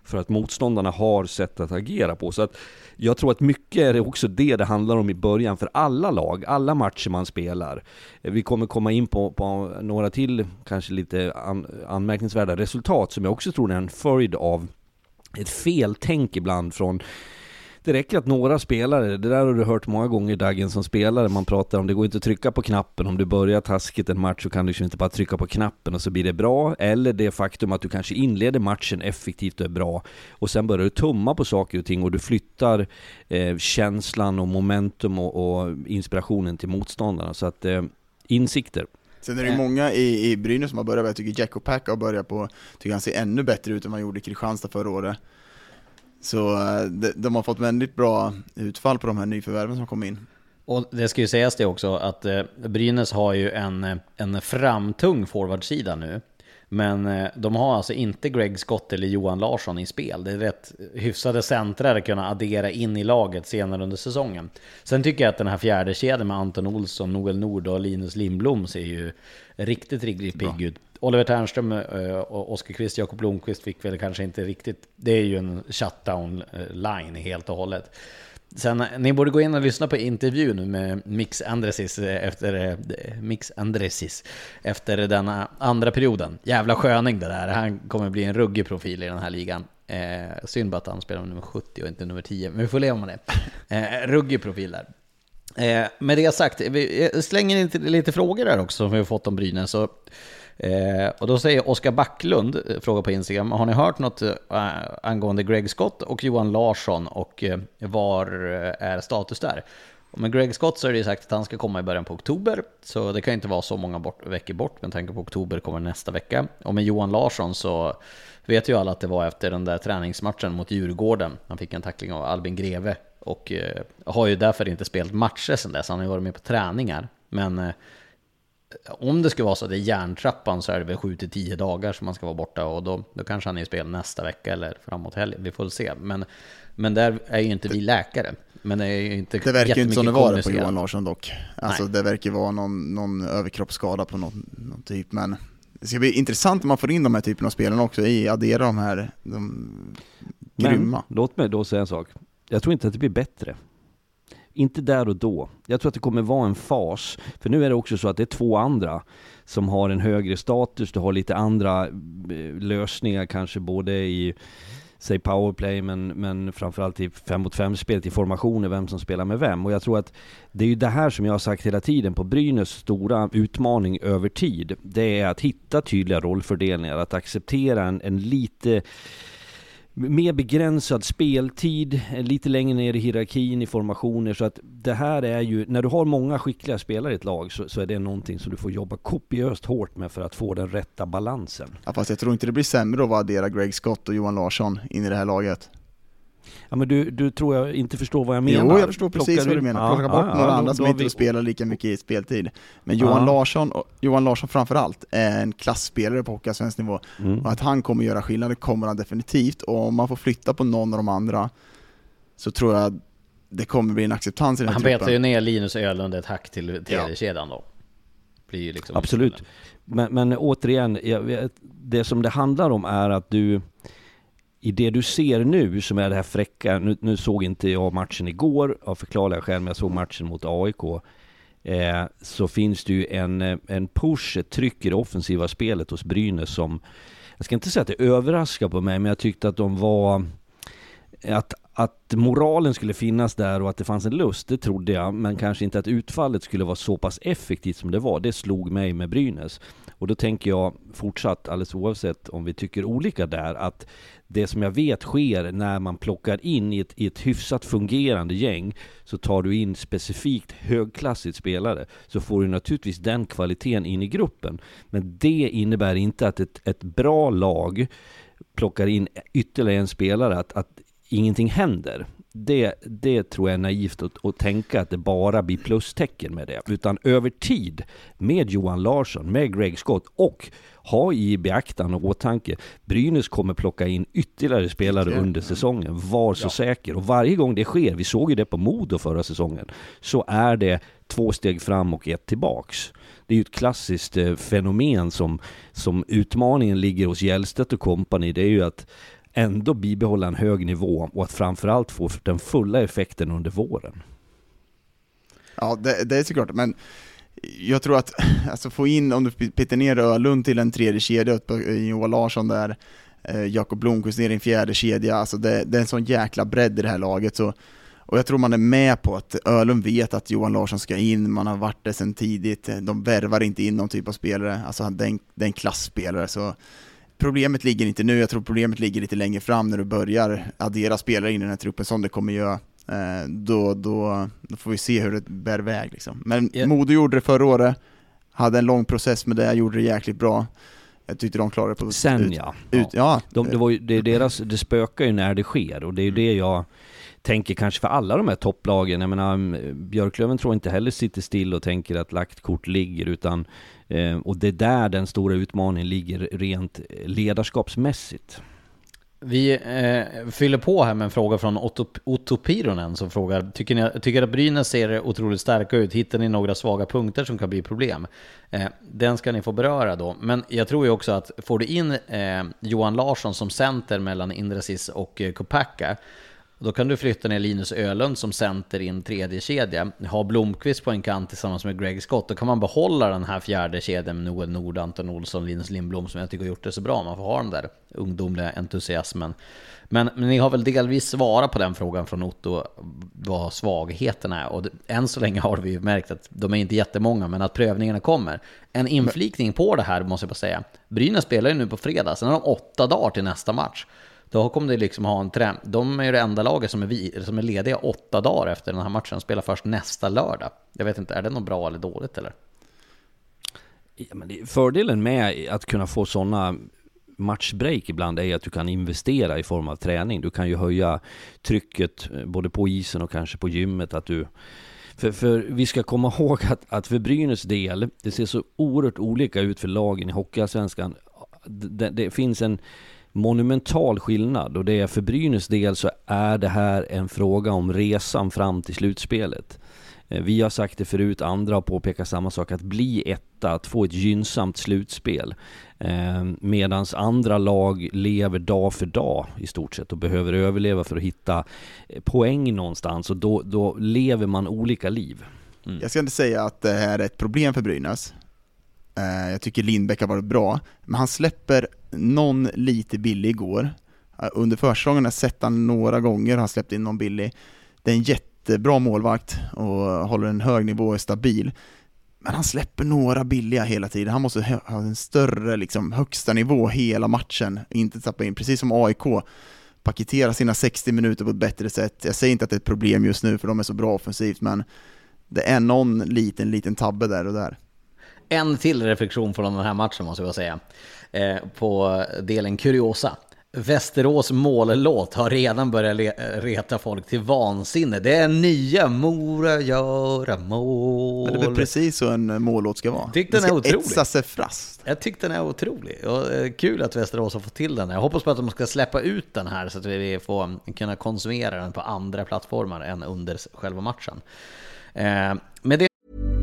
för att motståndarna har sätt att agera på. Så att jag tror att mycket är det också det det handlar om i början för alla lag, alla matcher man spelar. Vi kommer komma in på, på några till kanske lite an, anmärkningsvärda resultat som jag också tror är en följd av ett feltänk ibland från. Det räcker att några spelare, det där har du hört många gånger Dagen som spelare, man pratar om det går inte att trycka på knappen, om du börjar taskigt en match så kan du inte bara trycka på knappen och så blir det bra, eller det faktum att du kanske inleder matchen effektivt och är bra och sen börjar du tumma på saker och ting och du flyttar eh, känslan och momentum och, och inspirationen till motståndarna, så att eh, insikter. Sen är det många i, i Brynäs som har börjat, jag tycker Jack O'Pack har börjat på, tycker han ser ännu bättre ut än man gjorde i Kristianstad förra året. Så de, de har fått väldigt bra utfall på de här nyförvärven som kom in. Och det ska ju sägas det också att eh, Brynäs har ju en, en framtung forwardsida nu. Men eh, de har alltså inte Greg Scott eller Johan Larsson i spel. Det är rätt hyfsade centrar att kunna addera in i laget senare under säsongen. Sen tycker jag att den här fjärde kedjan med Anton Olsson, Noel Nord och Linus Lindblom ser ju riktigt, riktigt pigg ut. Oliver Ternström och Oskar Kvist, Jakob Blomqvist fick väl kanske inte riktigt. Det är ju en shutdown line helt och hållet. Sen, ni borde gå in och lyssna på intervjun med Mix Andresis efter Mix Andresis efter den andra perioden. Jävla sköning det där. Han kommer bli en ruggig profil i den här ligan. Eh, synd bara att han spelar med nummer sjuttio och inte nummer tio. Men vi får leva med det. Eh, ruggig profil där. Eh, med det sagt, vi slänger in lite frågor där också som vi har fått om Brynäs. Så Eh, och då säger Oskar Backlund, fråga på Instagram, har ni hört något äh, angående Greg Scott och Johan Larsson och äh, var är status där? Och med Greg Scott så är det sagt att han ska komma i början på oktober, så det kan inte vara så många bort, veckor bort, men tänker på oktober kommer nästa vecka. Och med Johan Larsson så vet ju alla att det var efter den där träningsmatchen mot Djurgården. Han fick en tackling av Albin Greve och äh, har ju därför inte spelat matcher sedan dess. Han har ju varit med på träningar, men äh, om det skulle vara så att det är järntrappan så är det väl sju till tio dagar som man ska vara borta, och då, då kanske han är i spel nästa vecka eller framåt helgen, vi får se. Men, men där är ju inte vi läkare. Men det är ju inte det verkar ju inte som det var det på Johan Larsson dock. Alltså Nej. Det verkar vara någon, någon överkroppsskada på någon, någon typ. Men det ska bli intressant om man får in de här typen av spelen också i, addera de här de grymma. Men, låt mig då säga en sak. Jag tror inte att det blir bättre. Inte där och då. Jag tror att det kommer vara en fas. För nu är det också så att det är två andra som har en högre status. Du har lite andra lösningar kanske både i säg powerplay men, men framförallt i fem mot fem spelet i formationer, vem som spelar med vem. Och jag tror att det är ju det här som jag har sagt hela tiden på Brynäs stora utmaning över tid. Det är att hitta tydliga rollfördelningar, att acceptera en, en lite mer begränsad speltid, lite längre ner i hierarkin i formationer, så att det här är ju, när du har många skickliga spelare i ett lag så, så är det någonting som du får jobba kopiöst hårt med för att få den rätta balansen. Ja, fast jag tror inte det blir sämre att addera Greg Scott och Johan Larsson in i det här laget. Ja, men du, du tror jag inte förstår vad jag menar. Jo, jag förstår precis Plockar vad du menar. Plocka ja, bort ja, några ja, andra som inte vi... spelar lika mycket i speltid. Men Johan, ja. Larsson, och Johan Larsson framförallt är en klassspelare på Hockeyallsvensk nivå. Mm. Och att han kommer göra skillnad, det kommer han definitivt. Och om man får flytta på någon av de andra så tror jag det kommer bli en acceptans i den här Han truppen. betar ju ner Linus Ölund ett hack till tredje kedjan då. Blir ju liksom absolut. Men, men återigen, jag, det som det handlar om är att du i det du ser nu som är det här fräcka, nu, nu såg inte jag matchen igår av förklarliga skäl, men jag såg matchen mot A I K, eh, så finns det ju en, en push, ett tryck i det offensiva spelet hos Brynäs som, jag ska inte säga att det överraskar på mig, men jag tyckte att de var, att, att moralen skulle finnas där och att det fanns en lust, det trodde jag, men kanske inte att utfallet skulle vara så pass effektivt som det var. Det slog mig med Brynäs. Och då tänker jag fortsatt, alldeles oavsett om vi tycker olika där, att det som jag vet sker när man plockar in i ett, i ett hyfsat fungerande gäng, så tar du in specifikt högklassigt spelare, så får du naturligtvis den kvaliteten in i gruppen. Men det innebär inte att ett, ett bra lag plockar in ytterligare en spelare, att, att ingenting händer. Det, det tror jag är naivt att, att tänka att det bara blir plustecken med det. Utan över tid med Johan Larsson, med Greg Scott, och ha i beaktan och åtanke, Brynäs kommer plocka in ytterligare spelare under säsongen. Var så ja. säker. Och varje gång det sker, vi såg ju det på Modo förra säsongen, så är det två steg fram och ett tillbaks. Det är ju ett klassiskt eh, fenomen som, som utmaningen ligger hos Hjälstedt och kompani. Det är ju att ändå bibehålla en hög nivå och att framförallt få den fulla effekten under våren. Ja, det, det är såklart, men jag tror att alltså, få in, om du pittar ner Ölund till en tredje kedja, Johan Larsson där, eh, Jakob Blomqvist ner i en fjärde kedja, alltså det, det är en sån jäkla bredd i det här laget, så, och jag tror man är med på att Ölund vet att Johan Larsson ska in, man har varit det sedan tidigt, de värvar inte in någon typ av spelare, alltså det är en, det är en klassspelare, så problemet ligger inte nu, jag tror problemet ligger lite längre fram när du börjar addera spelare in i den här truppen som det kommer göra. Då, då, då får vi se hur det bär väg liksom. Men yeah. Modo gjorde det förra året, hade en lång process med det, gjorde det jäkligt bra. Jag tyckte de klarade på sen ut, ja. Ut, ja. De, det, var ju, det, är deras, det spökar ju när det sker, och det är ju det jag tänker kanske för alla de här topplagen. Jag menar, Björklöven tror inte heller sitter still och tänker att lagt kort ligger, utan eh, och det är där den stora utmaningen ligger rent ledarskapsmässigt. Vi eh, fyller på här med en fråga från Otto, Otto Pironen som frågar: Tycker ni tycker att Brynäs ser otroligt starka ut? Hittar ni några svaga punkter som kan bli problem? Eh, den ska ni få beröra då. Men jag tror ju också att får du in eh, Johan Larsson som center mellan Indrasis och eh, Kopacka, då kan du flytta ner Linus Ölund som center in tredje kedja, ha Blomqvist på en kant tillsammans med Greg Scott. Då kan man behålla den här fjärde kedjan med Noel Nord, Anton Olsson, Linus Lindblom, som jag tycker har gjort det så bra. Man får ha den där ungdomliga entusiasmen. Men, men ni har väl delvis svarat på den frågan från Otto, vad svagheterna är. Och det, än så länge har vi ju märkt att de är inte jättemånga, men att prövningarna kommer. En inflikning på det här måste jag bara säga. Brynäs spelar ju nu på fredag, sen har de åtta dagar till nästa match. Då kommer det liksom ha en trend. De är ju det enda laget som är, vi, som är lediga åtta dagar efter den här matchen. Spelar först nästa lördag. Jag vet inte, är det något bra eller dåligt eller? Ja, men det, fördelen med att kunna få sådana matchbreak ibland är att du kan investera i form av träning. Du kan ju höja trycket både på isen och kanske på gymmet. Att du, för, för vi ska komma ihåg att, att för Brynäs del, det ser så oerhört olika ut för lagen i Hockeyallsvenskan. Det, det finns en monumental skillnad, och det är för Brynäs del så är det här en fråga om resan fram till slutspelet. Vi har sagt det förut, andra har påpekat samma sak, att bli etta, att få ett gynnsamt slutspel, eh, medans andra lag lever dag för dag i stort sett och behöver överleva för att hitta poäng någonstans, och då, då lever man olika liv. Mm. Jag ska inte säga att det här är ett problem för Brynäs. Jag tycker Lindbäck har varit bra, men han släpper någon lite billig igår. Under försäsongen har jag sett han några gånger, han släppt in någon billig. Det är en jättebra målvakt och håller en hög nivå och är stabil. Men han släpper några billiga hela tiden. Han måste ha en större liksom, högsta nivå hela matchen, inte tappa in, precis som A I K. Paketera sina sextio minuter på ett bättre sätt. Jag säger inte att det är ett problem just nu för de är så bra offensivt, men det är någon liten, liten tabbe där och där. En till reflektion från den här matchen måste jag säga. Eh, på delen kuriosa. Västerås mållåt har redan börjat le- reta folk till vansinne. Det är nya Mora göra mål. Men det är precis så en mållåt ska vara. Tyckte den är otrolig. Etsa sig frast. Jag tyckte den är otrolig. Och eh, kul att Västerås har fått till den. Jag hoppas på att de ska släppa ut den här så att vi får kunna konsumera den på andra plattformar än under själva matchen. Eh, med det.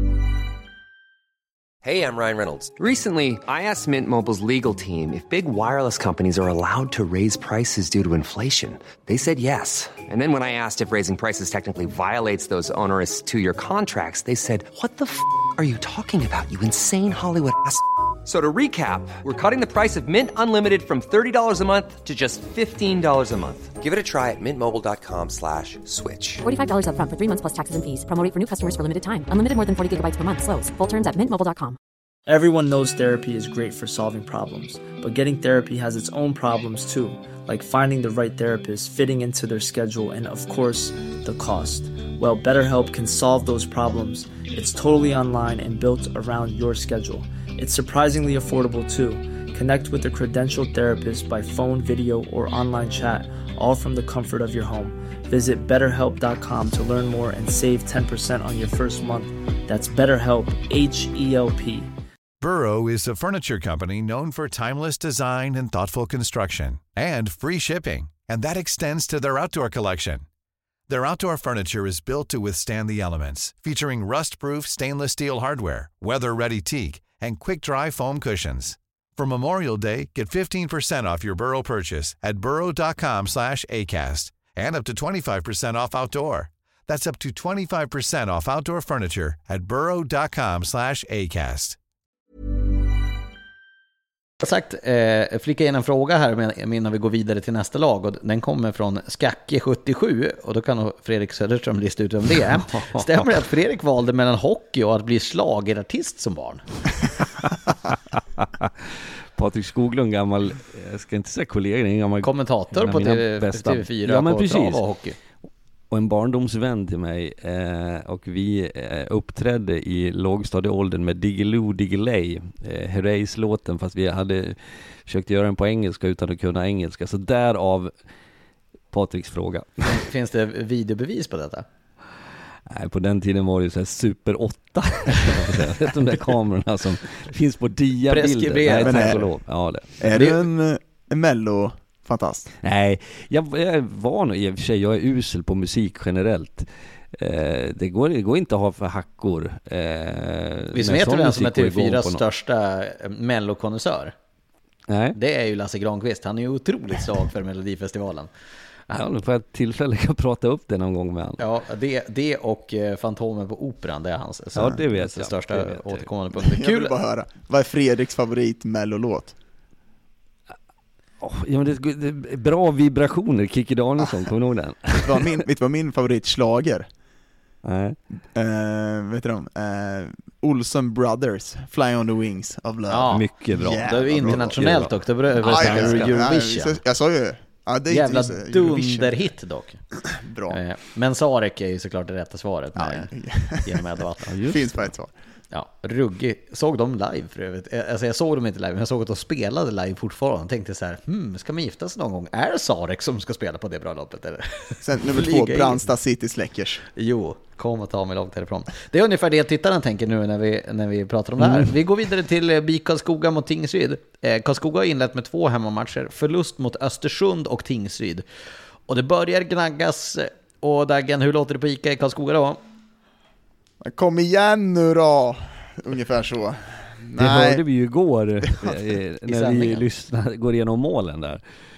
Hey, I'm Ryan Reynolds. Recently, I asked Mint Mobile's legal team if big wireless companies are allowed to raise prices due to inflation. They said yes. And then when I asked if raising prices technically violates those onerous two-year contracts, they said, "What the f*** are you talking about, you insane Hollywood ass?" So to recap, we're cutting the price of Mint Unlimited from thirty dollars a month to just fifteen dollars a month. Give it a try at mintmobile.com slash switch. forty-five dollars up front for three months plus taxes and fees. Promo rate for new customers for limited time. Unlimited more than forty gigabytes per month. Slows full terms at mint mobile dot com. Everyone knows therapy is great for solving problems, but getting therapy has its own problems too, like finding the right therapist, fitting into their schedule, and of course, the cost. Well, BetterHelp can solve those problems. It's totally online and built around your schedule. It's surprisingly affordable too. Connect with a credentialed therapist by phone, video, or online chat, all from the comfort of your home. Visit better help dot com to learn more and save ten percent on your first month. That's BetterHelp, H E L P. Burrow is a furniture company known for timeless design and thoughtful construction, and free shipping, and that extends to their outdoor collection. Their outdoor furniture is built to withstand the elements, featuring rust-proof stainless steel hardware, weather-ready teak, and quick-dry foam cushions. For Memorial Day, get fifteen percent off your Burrow purchase at burrow.com slash ACAST and up to twenty-five percent off outdoor. That's up to twenty-five percent off outdoor furniture at burrow.com slash ACAST. Jag har sagt, eh, flika in en fråga här innan vi går vidare till nästa lag, och den kommer från Skacke sjuttiosju, och då kan nog Fredrik Söderström lista ut om det är. Stämmer det att Fredrik valde mellan hockey och att bli schlagerartist som barn? Patrik Skoglund, gammal, jag ska inte säga kollega, en gammal kommentator på T V fyra, ja, men på trav och hockey. Och en barndomsvän till mig, eh, och vi eh, uppträdde i lågstadieåldern med Diggiloo Diggiley, eh, Herreys-låten, fast vi hade försökt göra den på engelska utan att kunna engelska, så därav Patriks fråga. Finns det videobevis på detta? Nej, på den tiden var det ju så här Super åtta. De där kamerorna som finns på dia-bilder. Nej, tack och lov. Ja, det. Är du en, en mello fantast? Nej, jag, jag var nog i och för sig, jag är usel på musik generellt. Eh, det, går, det går inte att ha för hackor. Eh, Visst vet du vem som är T V fyras största mellokonnässör? Nej. Det är ju Lasse Granqvist. Han är ju otroligt svag för Melodifestivalen. Ja, nu får jag tillfälle att prata upp det någon gång med han. Ja, det, det och Fantomen på Operan, det är hans så, ja, det vet det jag. största det vet återkommande punkt. Kul. Jag vill bara höra. Vad är Fredriks favorit mellolåt? Oh, ja, men det, det är bra vibrationer, Kikki Danielsson, kommer du ihåg den? Vet du vad min, vet du vad min favoritslager? Nej. Uh, vet du de? Uh, Olsen Brothers, Fly on the Wings of Love. Ja, mycket bra. Det är ju internationellt dock, det beror över Eurovision. Jag sa ju ja, det är jävla dunderhit dock. Bra. Eh, men Sarek är ju såklart det rätta svaret med, ja. Genom Edvatten. Ja, finns bara ett svar. Ja, ruggig. Såg de live för övrigt? Alltså jag såg dem inte live, men jag såg att de spelade live fortfarande. Jag tänkte så här, hmm, ska man gifta sig någon gång? Är det Sarek som ska spela på det bra loppet eller? Sen nummer två, Brandsta City Släckers. Jo, kom och ta mig långt härifrån. Det är ungefär det tittaren tänker nu när vi, när vi pratar om det här. Mm. Vi går vidare till B I K Karlskoga mot Tingsryd. Eh, Karlskoga har inlett med två hemmamatcher. Förlust mot Östersund och Tingsryd. Och det börjar gnaggas. Och Daggen, hur låter det på I C A i Karlskoga då? Kom igen nu då! Ungefär så. Det Nej. hörde vi ju igår när vi lyssnade, går igenom målen där.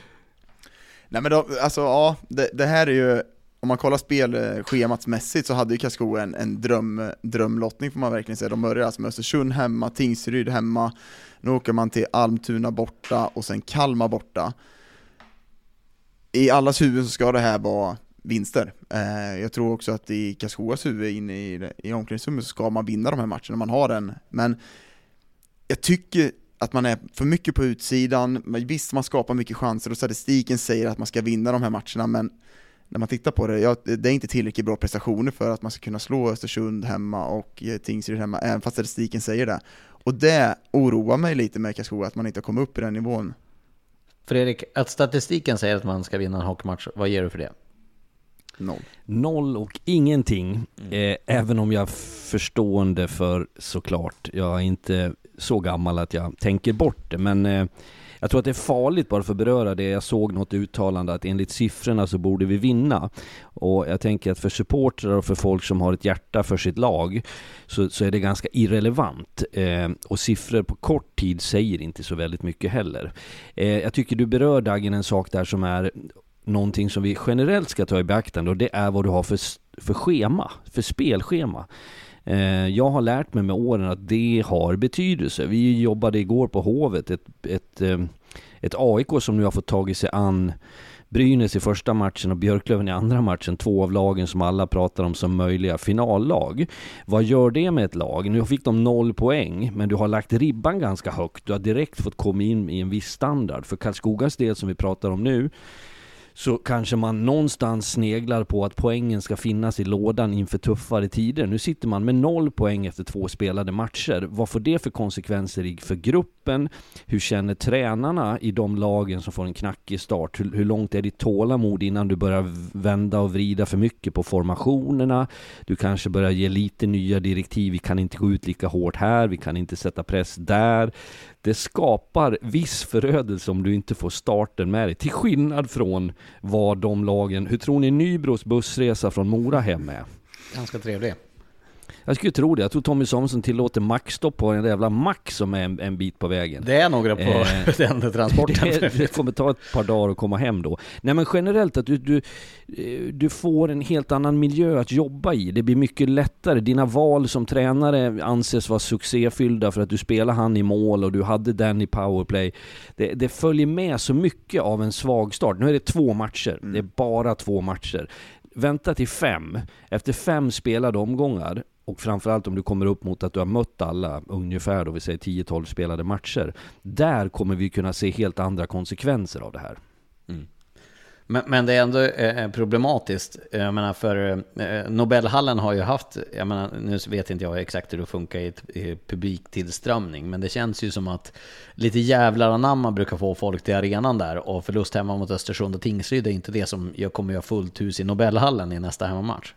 Nej men då, alltså ja, det, det här är ju, om man kollar spelschematsmässigt så hade ju Karlskoga en, en dröm, drömlottning får man verkligen säga. De börjar alltså med Östersund hemma, Tingsryd hemma, nu åker man till Almtuna borta och sen Kalmar borta. I allas huvud så ska det här vara vinster. Eh, jag tror också att i Karlskogas huvud inne i, i omklädningsrummet så ska man vinna de här matcherna, man har den. Men jag tycker att man är för mycket på utsidan. Visst, man skapar mycket chanser och statistiken säger att man ska vinna de här matcherna, men när man tittar på det, ja, det är inte tillräckligt bra prestationer för att man ska kunna slå Östersund hemma och Tingsryd hemma, även fast statistiken säger det. Och det oroar mig lite med Karlskoga, att man inte kommer upp i den nivån. Fredrik, att statistiken säger att man ska vinna en hockeymatch, vad ger du för det? Noll. Noll och ingenting. Mm. Eh, även om jag är förstående för, såklart, jag är inte så gammal att jag tänker bort det, men eh, jag tror att det är farligt bara för att beröra det. Jag såg något uttalande att enligt siffrorna så borde vi vinna. Och jag tänker att för supportrar och för folk som har ett hjärta för sitt lag så, så är det ganska irrelevant. Eh, och siffror på kort tid säger inte så väldigt mycket heller. Eh, jag tycker du berör, Dagen, en sak där som är någonting som vi generellt ska ta i beaktande, och det är vad du har för, för schema, för spelschema. Eh, jag har lärt mig med åren att det har betydelse. Vi jobbade igår på Hovet, ett, ett, ett, ett A I K som nu har fått tagit sig an Brynäs i första matchen och Björklöven i andra matchen, två av lagen som alla pratar om som möjliga finallag. Vad gör det med ett lag? Nu fick de noll poäng, men du har lagt ribban ganska högt. Du har direkt fått komma in i en viss standard. För Karlskogas del som vi pratar om nu, så kanske man någonstans sneglar på att poängen ska finnas i lådan inför tuffare tider. Nu sitter man med noll poäng efter två spelade matcher. Vad får det för konsekvenser för gruppen? Hur känner tränarna i de lagen som får en knackig start? Hur, hur långt är ditt tålamod innan du börjar vända och vrida för mycket på formationerna? Du kanske börjar ge lite nya direktiv. Vi kan inte gå ut lika hårt här. Vi kan inte sätta press där. Det skapar viss förödelse om du inte får starten med dig. Till skillnad från vad de lagen... Hur tror ni Nybros bussresa från Mora hem är? Ganska trevlig. Jag skulle tro det. Jag tror Tommy Samuelsson tillåter maxstopp på en jävla max som är en, en bit på vägen. Det är några på eh, den transporten. Det, det kommer ta ett par dagar att komma hem då. Nej, men generellt att du, du, du får en helt annan miljö att jobba i. Det blir mycket lättare. Dina val som tränare anses vara succéfyllda för att du spelar han i mål och du hade den i powerplay. Det, det följer med så mycket av en svag start. Nu är det två matcher. Mm. Det är bara två matcher. Vänta till fem. Efter fem spelade omgångar, och framförallt om du kommer upp mot att du har mött alla ungefär då vi säger tio tolv spelade matcher, där kommer vi kunna se helt andra konsekvenser av det här. Mm. Men, men det är ändå eh, problematiskt. Jag menar, för eh, Nobelhallen har ju haft, jag menar, nu vet inte jag exakt hur det funkar i, ett, i publiktillströmning, men det känns ju som att lite jävlar anamma brukar få folk till arenan där, och förlust hemma mot Östersund och Tingsryd är inte det som jag kommer göra fullt hus i Nobelhallen i nästa hemmamatch.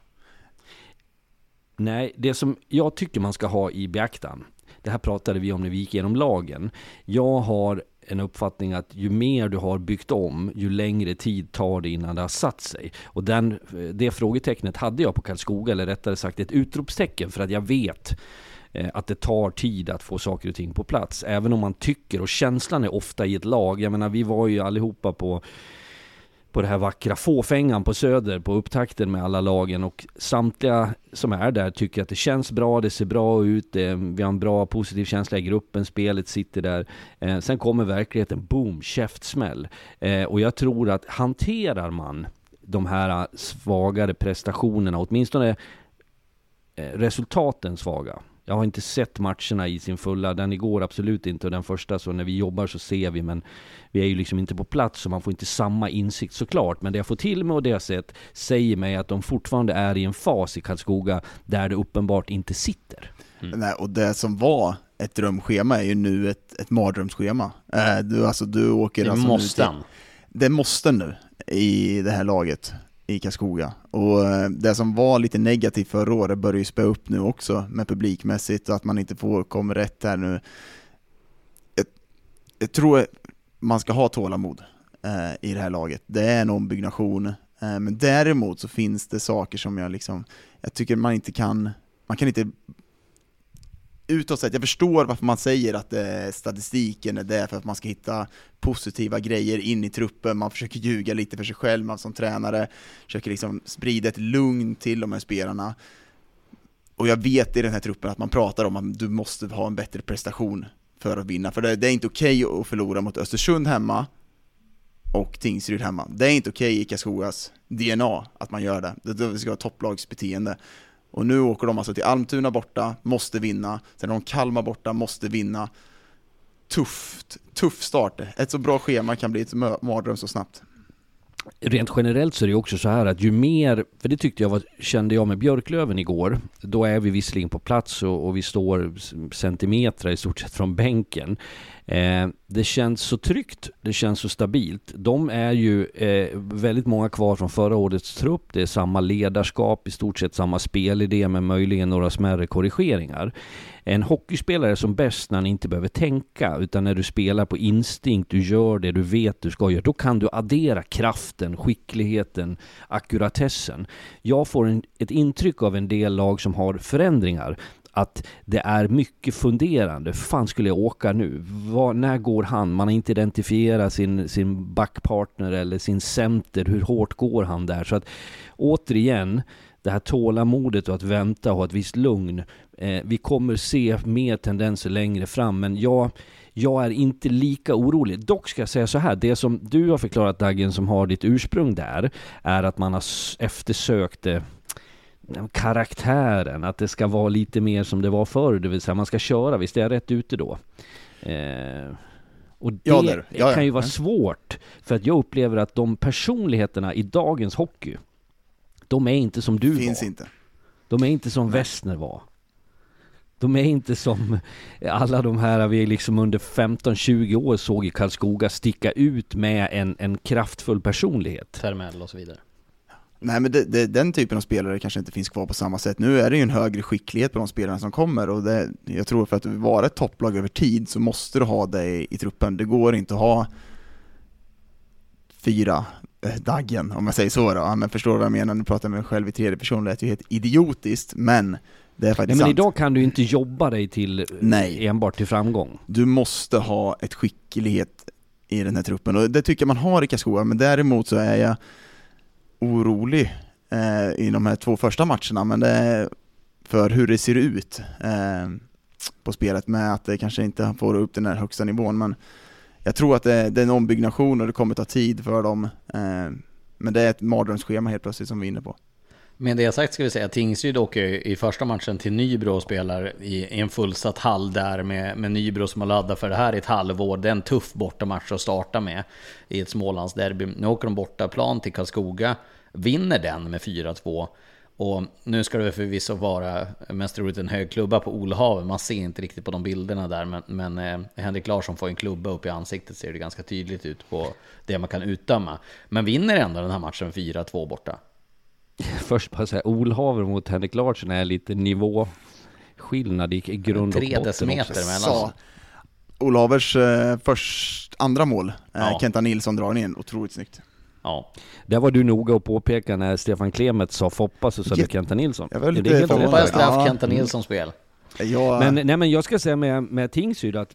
Nej, det som jag tycker man ska ha i beaktan, det här pratade vi om när vi gick igenom lagen. Jag har en uppfattning att ju mer du har byggt om, ju längre tid tar det innan det har satt sig. Och den, det frågetecknet hade jag på Karlskoga, eller rättare sagt ett utropstecken, för att jag vet eh, att det tar tid att få saker och ting på plats. Även om man tycker, och känslan är ofta i ett lag, jag menar vi var ju allihopa på på det här vackra Fåfängan på Söder på upptakten med alla lagen, och samtliga som är där tycker att det känns bra, det ser bra ut, det, vi har en bra positiv känsla i gruppen, spelet sitter där. Eh, sen kommer verkligheten, boom, käftsmäll. Eh, och jag tror att hanterar man de här svagare prestationerna, åtminstone eh, resultaten svaga. Jag har inte sett matcherna i sin fulla. Den igår absolut inte, och den första, så när vi jobbar så ser vi, men vi är ju liksom inte på plats, så man får inte samma insikt såklart. Men det jag får till med och det jag sett säger mig att de fortfarande är i en fas i Karlskoga där det uppenbart inte sitter. Mm. Nej, och det som var ett drömschema är ju nu ett, ett mardrömsschema. Äh, du, alltså, du åker det alltså måste. Nu till, det måste nu i det här laget i Karlskoga. Och det som var lite negativt förra året börjar ju spä upp nu också med publikmässigt, att man inte får komma rätt här nu. Jag, jag tror man ska ha tålamod eh, i det här laget. Det är en ombyggnation. Eh, men däremot så finns det saker som jag liksom, jag tycker man inte kan, man kan inte utåt sett, jag förstår varför man säger att eh, statistiken är där för att man ska hitta positiva grejer in i truppen, man försöker ljuga lite för sig själv, man som tränare försöker liksom sprida ett lugn till de här spelarna. Och jag vet i den här truppen att man pratar om att du måste ha en bättre prestation för att vinna, för det, det är inte okej okay att förlora mot Östersund hemma och Tingsryd hemma. Det är inte okej okay i Karlskogas D N A att man gör det. Det ska vara topplagsbeteende. Och nu åker de alltså till Almtuna borta, måste vinna. Sen är de Kalmar borta, måste vinna. Tufft, tuff start. Ett så bra schema kan bli ett mardröm så snabbt. Rent generellt så är det också så här att ju mer, för det tyckte jag var, kände jag med Björklöven igår, då är vi visserligen på plats och, och vi står centimeter i stort sett från bänken. Eh, det känns så tryggt, det känns så stabilt. De är ju eh, väldigt många kvar från förra årets trupp, det är samma ledarskap, i stort sett samma spelidé med möjligen några smärre korrigeringar. En hockeyspelare som bäst när han inte behöver tänka, utan när du spelar på instinkt, du gör det du vet du ska göra, då kan du addera kraften, skickligheten, akkuratessen. Jag får en, ett intryck av en del lag som har förändringar, att det är mycket funderande. Fan skulle jag åka nu? Var, när går han? Man har inte identifierat sin, sin backpartner eller sin center. Hur hårt går han där? Så att återigen, det här tålamodet och att vänta och ha ett visst lugn. Eh, vi kommer se mer tendenser längre fram, men jag, jag är inte lika orolig. Dock ska jag säga så här, det som du har förklarat, Dagen, som har ditt ursprung där, är att man har eftersökt det, karaktären, att det ska vara lite mer som det var förr, det vill säga man ska köra, visst är jag rätt ute då? Eh, och det ja, ja, ja. kan ju vara svårt, för att jag upplever att de personligheterna i dagens hockey, de är inte som du Finns var. Inte. De är inte som Westner var. De är inte som alla de här vi liksom under femton tjugo år såg i Karlskoga sticka ut med en, en kraftfull personlighet. Termell och så vidare. Nej, men det, det, den typen av spelare kanske inte finns kvar på samma sätt. Nu är det ju en högre skicklighet på de spelarna som kommer, och det, jag tror för att vara ett topplag över tid så måste du ha det i, i truppen. Det går inte att ha fyra äh, Daggen, om jag säger så då. Ja, men förstår du vad jag menar? Nu pratar jag med mig själv i tredje person, det är ju helt idiotiskt, men Det är faktiskt Nej, men sant. idag kan du inte jobba dig till Nej. enbart till framgång. Du måste ha ett skicklighet i den här truppen, och det tycker jag man har i Karlskoga, men däremot så är jag orolig eh, i de här två första matcherna, men det är för hur det ser ut eh, på spelet, med att det kanske inte får upp den här högsta nivån, men jag tror att det, det är en ombyggnation och det kommer ta tid för dem, eh, men det är ett mardrömsschema helt plötsligt som vi är inne på. Med det sagt ska vi säga att Tingsryd åker i första matchen till Nybro och spelar i, i en fullsatt hall där med, med Nybro som har laddat för det här i ett halvår. Det är en tuff bortamatch att starta med i ett Smålandsderby. Nu åker de bortaplan till Karlskoga, vinner den med fyra två. Och nu ska det förvisso vara mest roligt en hög klubba på Olhaven. Man ser inte riktigt på de bilderna där, men, men eh, Henrik Larsson får en klubba upp i ansiktet, ser det ganska tydligt ut på det man kan utdöma. Men vinner ändå den här matchen fyra två borta. Först bara säga, Olhaver mot Henrik Larsson är lite nivåskillnad i grund och Tre botten decimeter också. mellan. Så, Olhavers eh, först, andra mål, eh, Ja. Kenta Nilsson drar in, otroligt snyggt. Ja. Där var du noga att påpeka när Stefan Klemet sa Foppa, så sa du Jätte- Kenta Nilsson. Jag var Är lite det helt förvånad. rätt? Hoppas jag skulle haft Ja. Kenta Nilssons spel. Jag, Men, nej, men jag ska säga med, med Tingsryd att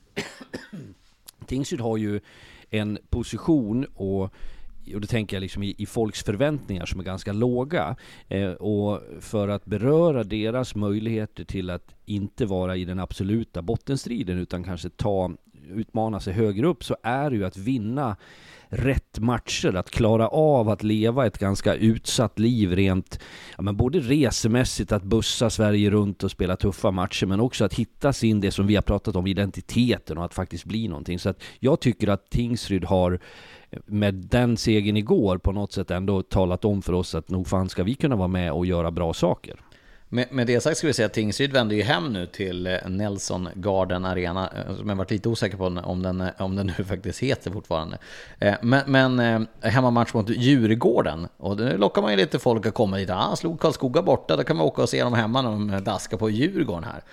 Tingsryd har ju en position och, och det tänker jag liksom i, i folks förväntningar som är ganska låga, eh, och för att beröra deras möjligheter till att inte vara i den absoluta bottenstriden utan kanske ta, utmana sig högre upp, så är det ju att vinna rätt matcher, att klara av att leva ett ganska utsatt liv rent, ja, men både resemässigt, att bussa Sverige runt och spela tuffa matcher, men också att hitta sin, det som vi har pratat om, identiteten och att faktiskt bli någonting. Så att jag tycker att Tingsryd har med den segern igår på något sätt ändå talat om för oss att nog fan ska vi kunna vara med och göra bra saker. Med, med det sagt ska vi säga att Tingsryd vänder ju hem nu till Nelson Garden Arena, som jag varit lite osäker på om den, om den nu faktiskt heter fortfarande. Men, men hemmamatch mot Djurgården, och nu lockar man ju lite folk att komma dit. Ah, slog Karlskoga borta, då kan man åka och se dem hemma när de daskar på Djurgården här.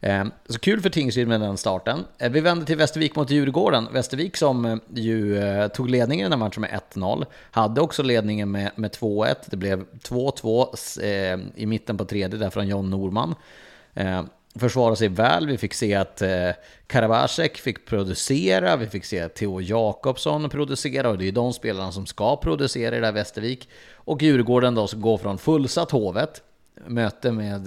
Så kul för Tingsryd med den starten. Vi vänder till Västervik mot Djurgården. Västervik som ju tog ledningen i den här matchen med ett noll. Hade också ledningen med, med två ett. Det blev två två eh, i mitten på tredje där från John Norman. Eh, försvarade sig väl. Vi fick se att eh, Karabasek fick producera. Vi fick se att Theo Jakobsson producera. Och det är de spelarna som ska producera i det här Västervik. Och Djurgården då som går från fullsatt Hovet, möte med,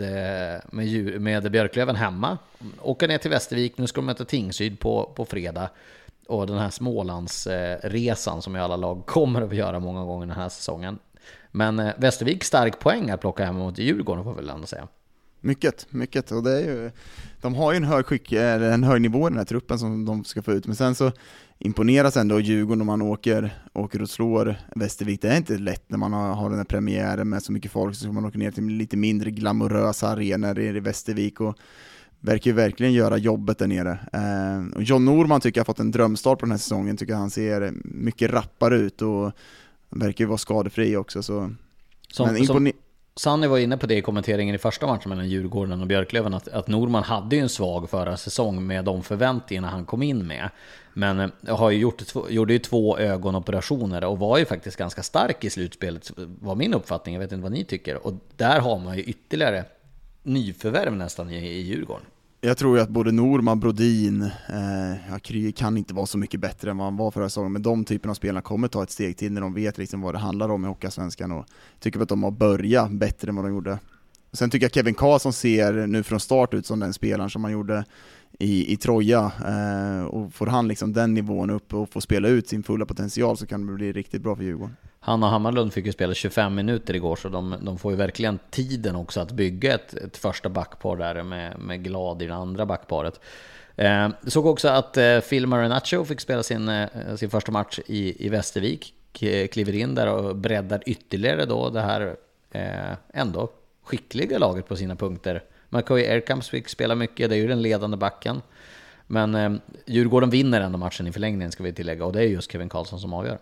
med, med Björklöven hemma, åker ner till Västervik. Nu ska de möta Tingsryd på, på fredag, och den här Smålandsresan som ju alla lag kommer att göra många gånger den här säsongen. Men Västervik stark poäng att plocka hem mot Djurgården, får väl ändå säga. Mycket, mycket, och det är ju, de har ju en hög, skick, en hög nivå i den här truppen som de ska få ut, men sen så imponeras ändå Djurgården om man åker, åker och slår Västervik. Det är inte lätt när man har, har den här premiären med så mycket folk, så ska man åka ner till lite mindre glamorösa arenor i Västervik och verkar ju verkligen göra jobbet där nere. Eh, och John Norman tycker jag har fått en drömstart på den här säsongen, tycker han ser mycket rappare ut och verkar ju vara skadefri också. Så. Som, Men impone- Sanny var inne på det i kommenteringen i första matchen mellan Djurgården och Björklöven, att, att Norman hade ju en svag förra säsong med de förväntningarna han kom in med. Men har ju gjort, gjorde ju två ögonoperationer och var ju faktiskt ganska stark i slutspelet, var min uppfattning. Jag vet inte vad ni tycker. Och där har man ju ytterligare nyförvärv nästan i, i Djurgården. Jag tror ju att både Norman, Brodin, eh, ja, Kry kan inte vara så mycket bättre än vad han var förra säsongen, men de typerna av spelarna kommer ta ett steg till när de vet liksom vad det handlar om i Hockeyallsvenskan, och tycker att de har börjat bättre än vad de gjorde. Och sen tycker jag Kevin Karlsson ser nu från start ut som den spelaren som han gjorde i, i Troja, eh, och får han liksom den nivån upp och får spela ut sin fulla potential, så kan det bli riktigt bra för Djurgården. Hanna Hammarlund fick ju spela tjugofem minuter igår, så de, de får ju verkligen tiden också att bygga ett, ett första backpar där med, med Glad i det andra backparet. Eh, såg också att eh, Phil Marinaccio fick spela sin, eh, sin första match i, i Västervik. K- kliver in där och breddar ytterligare då det här eh, ändå skickliga laget på sina punkter. McCoy Aircamps fick spela mycket, det är ju den ledande backen. Men eh, Djurgården vinner ändå matchen i förlängningen, ska vi tillägga, och det är just Kevin Karlsson som avgör.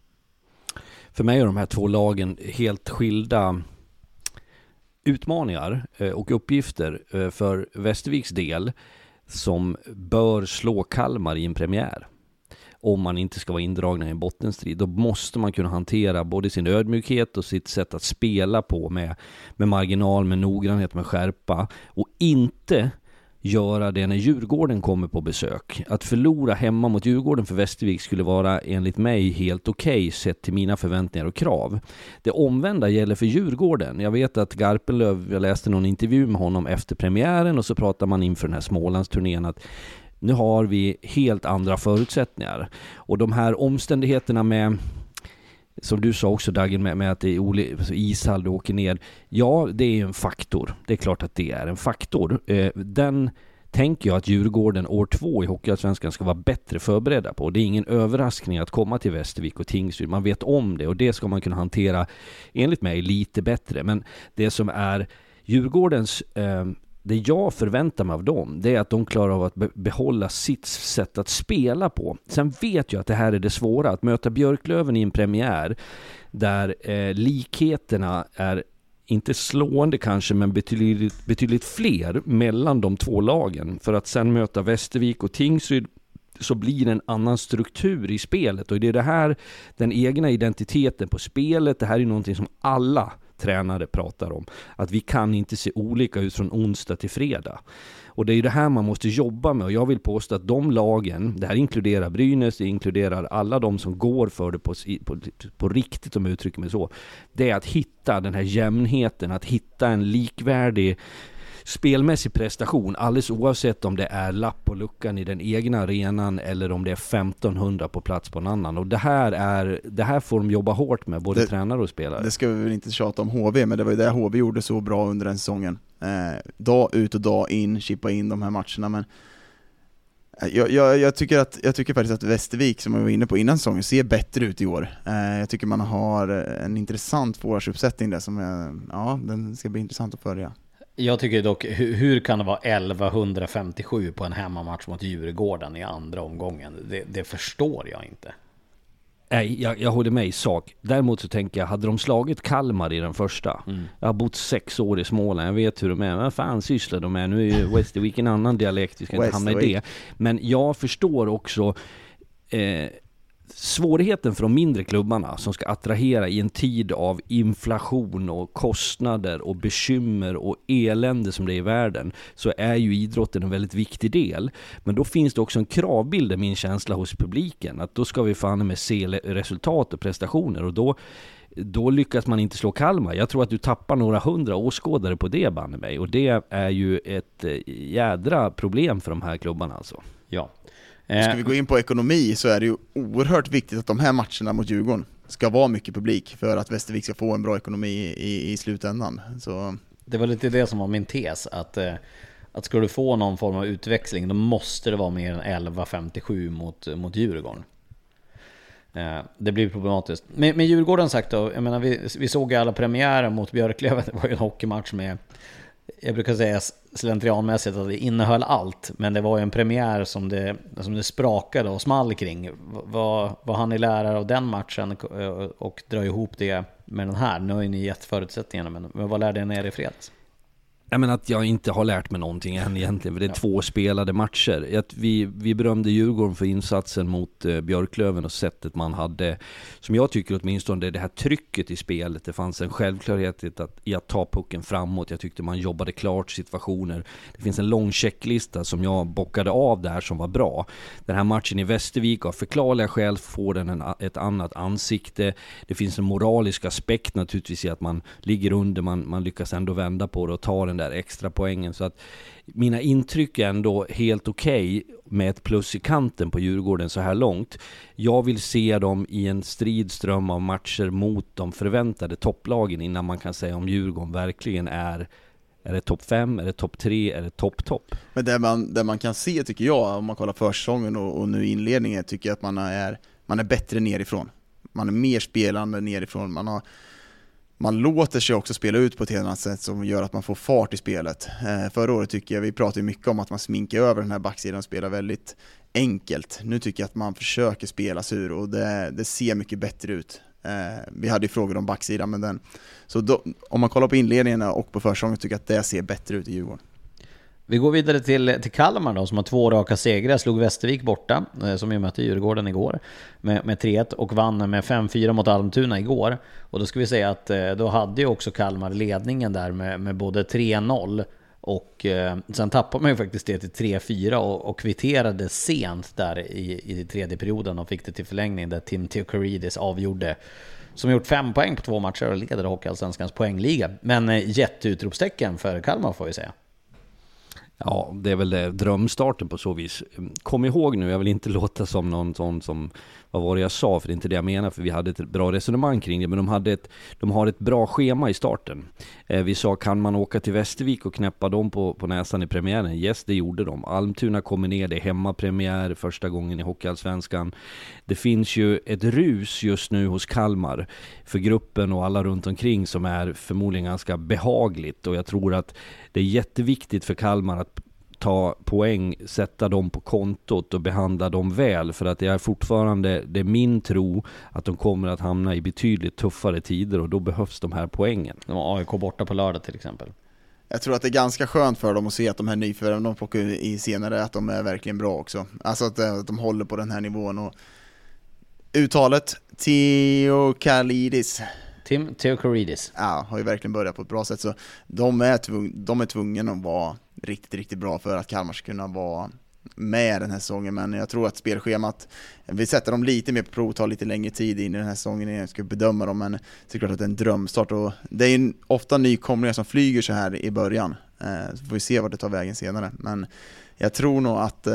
För mig är de här två lagen helt skilda utmaningar och uppgifter. För Västerviks del som bör slå Kalmar i en premiär. om man inte ska vara indragna i en bottenstrid. Då måste man kunna hantera både sin ödmjukhet och sitt sätt att spela på med, med marginal, med noggrannhet, med skärpa, och inte göra det när Djurgården kommer på besök. Att förlora hemma mot Djurgården för Västervik skulle vara enligt mig helt okej okay, sett till mina förväntningar och krav. Det omvända gäller för Djurgården. Jag vet att Garpenlöv, jag läste någon intervju med honom efter premiären, och så pratar man inför den här Smålandsturnén att nu har vi helt andra förutsättningar. Och de här omständigheterna med, som du sa också Dagen, med, med att det är oli- alltså ishall du åker ner. Ja, det är en faktor. Det är klart att det är en faktor. Eh, den tänker jag att Djurgården år två i Hockeyallsvenskan ska vara bättre förberedda på. Det är ingen överraskning att komma till Västervik och Tingsryd. Man vet om det, och det ska man kunna hantera enligt mig lite bättre. Men det som är Djurgårdens... Eh, Det jag förväntar mig av dem, det är att de klarar av att be- behålla sitt sätt att spela på. Sen vet jag att det här är det svåra, att möta Björklöven i en premiär där eh, likheterna är inte slående kanske, men betydligt, betydligt fler mellan de två lagen. För att sen möta Västervik och Tingsryd så blir det en annan struktur i spelet. Och det är det här, den egna identiteten på spelet, det här är någonting som alla tränare pratar om. Att vi kan inte se olika ut från onsdag till fredag. Och det är det här man måste jobba med. Och jag vill påstå att de lagen, det här inkluderar Brynäs, det inkluderar alla de som går för det på, på, på riktigt, om jag uttrycker mig så. Det är att hitta den här jämnheten, att hitta en likvärdig spelmässig prestation, alldeles oavsett om det är lapp på luckan i den egna arenan eller om det är femtonhundra på plats på en annan. Och det här, är, det här får de jobba hårt med, både det, tränare och spelare. Det ska vi väl inte tjata om H V, men det var ju det H V gjorde så bra under den säsongen. Eh, dag ut och dag in, chippa in de här matcherna. Men jag, jag, jag, tycker att, jag tycker faktiskt att Västervik, som jag var inne på innan säsongen, ser bättre ut i år. Eh, jag tycker man har en intressant forwardsuppsättning där som är, ja, den ska bli intressant att följa. Jag tycker dock, hur, hur kan det vara elva femtiosju på en hemmamatch mot Djurgården i andra omgången? Det, det förstår jag inte. Nej, jag, jag håller med i sak. Däremot så tänker jag, hade de slagit Kalmar i den första, mm. jag har bott sex år i Småland, jag vet hur de är, vad fan sysslar de med? Nu är ju Västervik en annan dialekt, vi ska inte hamna i det. Men jag förstår också eh, svårigheten för de mindre klubbarna som ska attrahera i en tid av inflation och kostnader och bekymmer och elände som det är i världen, så är ju idrotten en väldigt viktig del. Men då finns det också en kravbild, är min känsla, hos publiken, att då ska vi fan med se resultat och prestationer, och då då lyckas man inte slå Kalmar. Jag tror att du tappar några hundra åskådare på det, banne mig, och det är ju ett jädra problem för de här klubbarna alltså. Ja. Ska vi gå in på ekonomi, så är det ju oerhört viktigt att de här matcherna mot Djurgården ska vara mycket publik för att Västervik ska få en bra ekonomi i, i slutändan. Så det var lite det som var min tes, att, att ska du få någon form av utväxling, då måste det vara mer än elva femtiosju mot, mot Djurgården. Det blir problematiskt. Med, med Djurgården sagt då, jag menar, vi, vi såg alla premiärer mot Björklöven, det var ju en hockeymatch med, jag brukar säga slentrianmässigt att det innehöll allt, men det var ju en premiär som det, som det sprakade och small kring. Vad, vad han är lärare av den matchen och drar ihop det med den här? Nu har ju ni gett förutsättningarna, men, men vad lärde ni er i fredags? Jag menar att jag inte har lärt mig någonting än egentligen, för det är ja. två spelade matcher. Att vi, vi berömde Djurgården för insatsen mot eh, Björklöven och sättet man hade, som jag tycker åtminstone, det, det här trycket i spelet. Det fanns en självklarhet i att, i att ta pucken framåt. Jag tyckte man jobbade klart situationer. Det finns en lång checklista som jag bockade av där som var bra. Den här matchen i Västervik, av förklarliga skäl får den en, ett annat ansikte. Det finns en moralisk aspekt naturligtvis i att man ligger under, man, man lyckas ändå vända på det och ta den där extra poängen, så att mina intryck är ändå helt okej okay med ett plus i kanten på Djurgården så här långt. Jag vill se dem i en stridström av matcher mot de förväntade topplagen innan man kan säga om Djurgården verkligen är är det topp fem, är det topp tre, är det topp topp. Men det man, det man kan se, tycker jag, om man kollar försäsongen och, och nu inledningen, tycker jag att man är, man är bättre nerifrån. Man är mer spelande nerifrån. Man har Man låter sig också spela ut på ett helt annat sätt som gör att man får fart i spelet. Eh, förra året tycker jag, vi pratade mycket om att man sminkar över den här backsidan och spelar väldigt enkelt. Nu tycker jag att man försöker spela sur och det, det ser mycket bättre ut. Eh, vi hade ju frågor om backsidan, men den, så då, om man kollar på inledningen och på försäsongen, tycker jag att det ser bättre ut i Djurgården. Vi går vidare till, till Kalmar då, som har två raka segrar. Slog Västervik borta, som ju mötte Djurgården igår, med, med tre ett och vann med fem fyra mot Almtuna igår. Och då ska vi säga att då hade ju också Kalmar ledningen där med, med både tre noll och eh, sen tappade man ju faktiskt det till tre fyra och, och kvitterade sent där i, i tredje perioden och fick det till förlängning där Tim Theokoridis avgjorde, som gjort fem poäng på två matcher och leder Hockeyallsvenskans poängliga. Men eh, jätteutropstecken för Kalmar får vi säga. Ja, det är väl det, drömstarten på så vis. Kom ihåg nu, jag vill inte låta som någon sån som, vad var det jag sa, för det är inte det jag menar, för vi hade ett bra resonemang kring det, men de, hade ett, de har ett bra schema i starten. Eh, vi sa, kan man åka till Västervik och knäppa dem på, på näsan i premiären? Yes, det gjorde de. Almtuna kommer ner, det är hemmapremiär första gången i Hockeyallsvenskan. Det finns ju ett rus just nu hos Kalmar för gruppen och alla runt omkring som är förmodligen ganska behagligt, och jag tror att det är jätteviktigt för Kalmar att ta poäng, sätta dem på kontot och behandla dem väl, för att det är fortfarande, det är min tro att de kommer att hamna i betydligt tuffare tider, och då behövs de här poängen. De har A I K borta på lördag till exempel. Jag tror att det är ganska skönt för dem att se att de här nyförvärven de plockar i senare, att de är verkligen bra också. Alltså att, att de håller på den här nivån. Och uttalet Theokalidis Tim Theokoridis. Ja, har ju verkligen börjat på ett bra sätt, så de är, tvung, de är tvungna att vara riktigt, riktigt bra för att Kalmar ska kunna vara med den här säsongen. Men jag tror att spelschemat, vi sätter dem lite mer på prov, tar lite längre tid in i den här säsongen innan jag ska bedöma dem, men det är klart att det är en drömstart, och det är ofta nykomlingar som flyger så här i början, så får vi se vad det tar vägen senare. Men jag tror nog att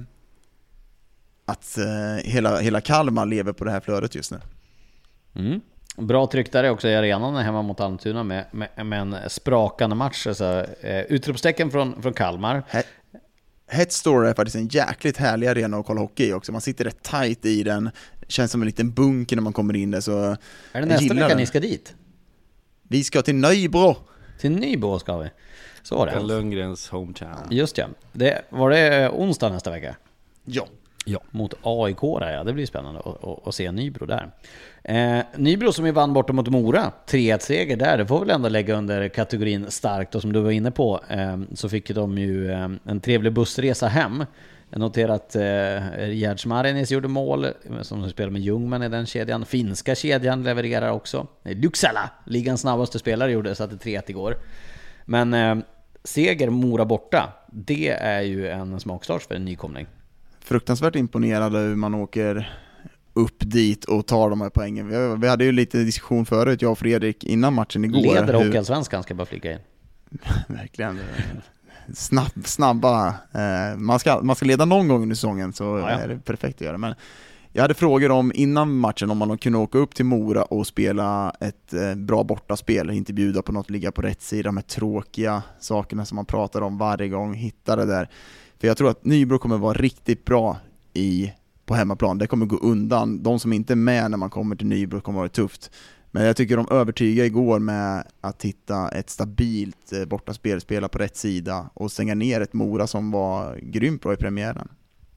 att hela, hela Kalmar lever på det här flödet just nu. Mm. Bra tryck där är också i arenan hemma mot Almtuna med, med, med en sprakande match. Så, eh, utropstecken från, från Kalmar. Headstore är faktiskt en jäkligt härlig arena att kolla hockey också. Man sitter rätt tight i den. Känns som en liten bunker när man kommer in där. Så är det nästa vecka ni ska dit? Vi ska till Nybro. Till Nybro ska vi. Så var det. Lundgrens hometown. Just ja. Det, var det onsdag nästa vecka? Ja. Ja, mot A I K där, ja. Det blir spännande att, att, att se Nybro där. Eh, Nybro som ju vann borta mot Mora, tre ett seger där, det får väl ändå lägga under kategorin starkt. Och som du var inne på, eh, så fick de ju eh, en trevlig bussresa hem. Jag noterar att eh, Gerd Marinis gjorde mål, som spelar med Ljungman i den kedjan. Finska kedjan levererar också. Lycksala, ligans snabbaste spelare, gjorde så att det tre ett igår. Men eh, seger Mora borta, det är ju en smakstart för en nykomling. Fruktansvärt imponerade hur man åker upp dit och tar de här poängen. Vi, vi hade ju lite diskussion förut, jag och Fredrik, innan matchen igår. Leder Hockeyallsvenskan, ska bara flika in. Verkligen. Snabb, snabba. Eh, man, ska, man ska leda någon gång under säsongen, så ja, ja. Är det perfekt att göra. Men jag hade frågor om innan matchen om man kunde åka upp till Mora och spela ett eh, bra bortaspel, inte bjuda på något, ligga på rätt sida, de här tråkiga sakerna som man pratar om varje gång, hitta det där. För jag tror att Nybro kommer vara riktigt bra i, på hemmaplan. Det kommer gå undan. De som inte är med när man kommer till Nybro kommer vara tufft. Men jag tycker de övertygar igår med att hitta ett stabilt eh, bortaspel, spela på rätt sida och stänga ner ett Mora som var grymt bra i premiären.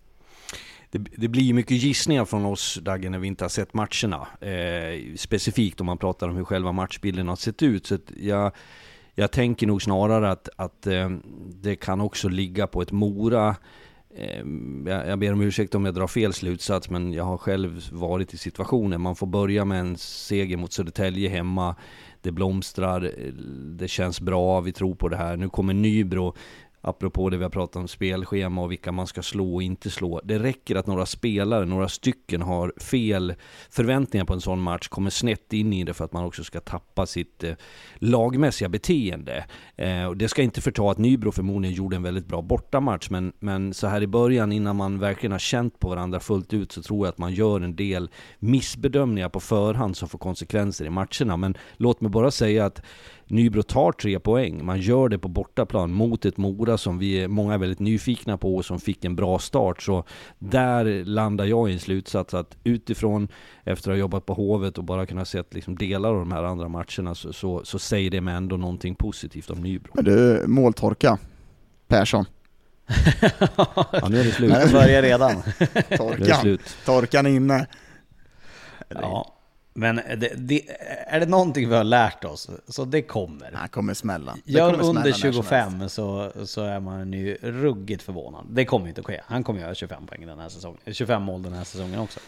Det, det blir mycket gissningar från oss, Dagge, när vi inte har sett matcherna. Eh, specifikt om man pratar om hur själva matchbilden har sett ut. Så att jag... Jag tänker nog snarare att, att eh, det kan också ligga på ett Mora. Eh, jag, jag ber om ursäkt om jag drar fel slutsats, men jag har själv varit i situationen. Man får börja med en seger mot Södertälje hemma. Det blomstrar, det känns bra, vi tror på det här. Nu kommer Nybro, apropå det vi har pratat om spelschema och vilka man ska slå och inte slå. Det räcker att några spelare, några stycken har fel förväntningar på en sån match, kommer snett in i det för att man också ska tappa sitt eh, lagmässiga beteende. Eh, och det ska inte förta att Nybro förmodligen gjorde en väldigt bra bortamatch, men, men så här i början, innan man verkligen har känt på varandra fullt ut, så tror jag att man gör en del missbedömningar på förhand som får konsekvenser i matcherna. Men låt mig bara säga att Nybro tar tre poäng. Man gör det på bortaplan mot ett Mora som vi är många väldigt nyfikna på och som fick en bra start. Så där landar jag i en slutsats att utifrån, efter att ha jobbat på Hovet och bara kunna se liksom delar av de här andra matcherna, så, så, så säger det mig ändå någonting positivt om Nybro. Men du, måltorka Persson. Ja, nu är det slut. Det börjar redan. Torkan. Torkan inne. Ja. Men det, det, är det någonting vi har lärt oss, så det kommer. Han kommer smälla. Det Gör kommer under smälla tjugofem så, så är man ju ruggigt förvånad. Det kommer inte att ske. Han kommer göra tjugofem poäng den här säsongen. tjugofem mål den här säsongen också.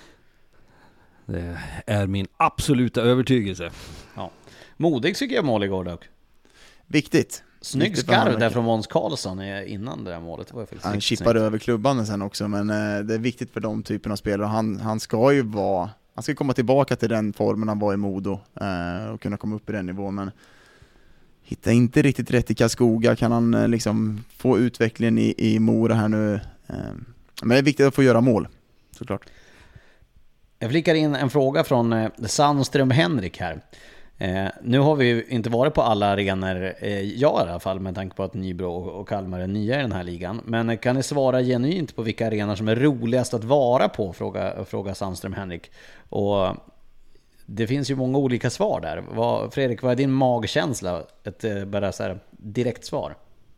Det är min absoluta övertygelse. Ja. Modig tycker jag mål igår dock. Viktigt. Snygg Viktigt skarv där från Måns Karlsson innan det där målet. Det var han chippade över klubban sen också, men eh, det är viktigt för de typerna av spelare. Han, han ska ju vara, han ska komma tillbaka till den formen han var i Modo eh, och kunna komma upp i den nivån, men hittar inte riktigt rätt i Karlskoga. Kan han eh, liksom få utvecklingen i, i Mora här nu? Eh, men det är viktigt att få göra mål, såklart. Jag flickar in en fråga från eh, Sandström Henrik här. Eh, nu har vi ju inte varit på alla arenor, eh, jag i alla fall, med tanke på att Nybro och, och Kalmar är nya i den här ligan. Men eh, kan ni svara genuint på vilka arenor som är roligast att vara på, fråga, fråga Sandström Henrik. Och det finns ju många olika svar där. Vad, Fredrik, vad är din magkänsla? Ett eh, bara så här direkt svar.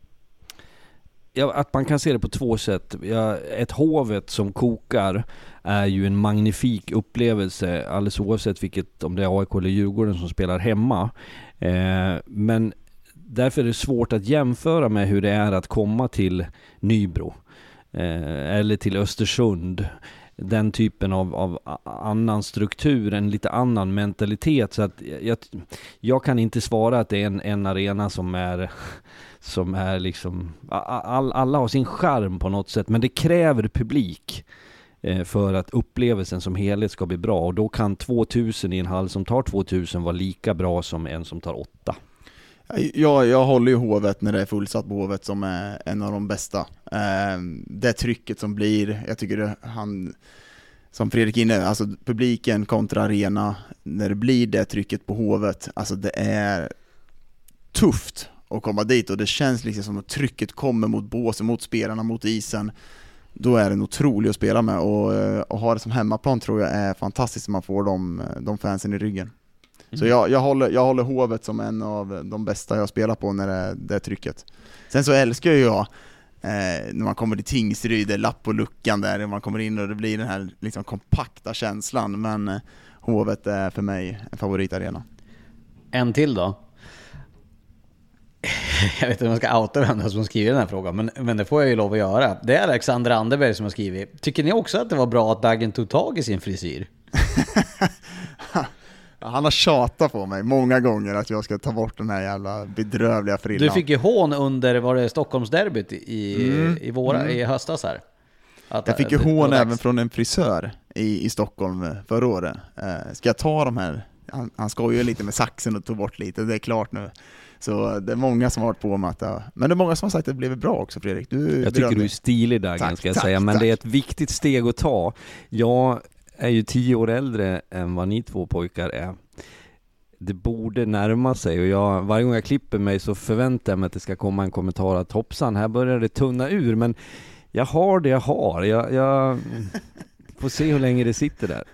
Ja, att man kan se det på två sätt. Ja, ett Hovet som kokar är ju en magnifik upplevelse, alldeles oavsett vilket, om det är A I K eller Djurgården som spelar hemma. Eh, men därför är det svårt att jämföra med hur det är att komma till Nybro eh, eller till Östersund. Den typen av, av annan struktur, en lite annan mentalitet. Så att jag, jag kan inte svara att det är en, en arena som är som är liksom all, alla har sin charm på något sätt, men det kräver publik eh, för att upplevelsen som helhet ska bli bra, och då kan tvåtusen i en hall som tar tvåtusen vara lika bra som en som tar åtta. Jag, jag håller ju Hovet när det är fullsatt på Hovet som är en av de bästa. Eh, det trycket som blir, jag tycker det, han, som Fredrik inne, alltså publiken kontra arena, när det blir det trycket på Hovet, alltså det är tufft att komma dit, och det känns liksom som att trycket kommer mot båsen, mot spelarna, mot isen. Då är det otroligt att spela med, och, och ha det som hemmaplan tror jag är fantastiskt, när man får de, de fansen i ryggen. Mm. Så jag, jag, håller, jag håller Hovet som en av de bästa jag spelar på när det är det trycket. Sen så älskar jag eh, när man kommer till Tingsryd, det är lapp på luckan där, när man kommer in och det blir den här liksom kompakta känslan, men eh, Hovet är för mig en favoritarena. En till då? Jag vet inte om jag ska outa vem som skriver den här frågan, men, men det får jag ju lov att göra. Det är Alexander Anderberg som har skrivit. Tycker ni också att det var bra att Dagen tog tag i sin frisyr? Han har tjatat på mig många gånger att jag ska ta bort den här jävla bedrövliga frillan. Du fick ju hån under, var det Stockholmsderbyt i, mm. i, våra, mm. i höstas här. Att, jag fick ju hån även från en frisör i, i Stockholm förra året. Eh, ska jag ta de här? Han, han skojar ju lite med saxen och tog bort lite, det är klart nu. Så det är många som har varit på med att det, men det är många som har sagt att det blev bra också, Fredrik. Du, jag tycker du är stilig där, tack, ska jag tack, säga. Men tack. Det är ett viktigt steg att ta. Jag är ju tio år äldre än vad ni två pojkar är. Det borde närma sig, och jag, varje gång jag klipper mig så förväntar jag mig att det ska komma en kommentar att hoppsan, här börjar det tunna ur. Men jag har det jag har. Jag, jag får se hur länge det sitter där.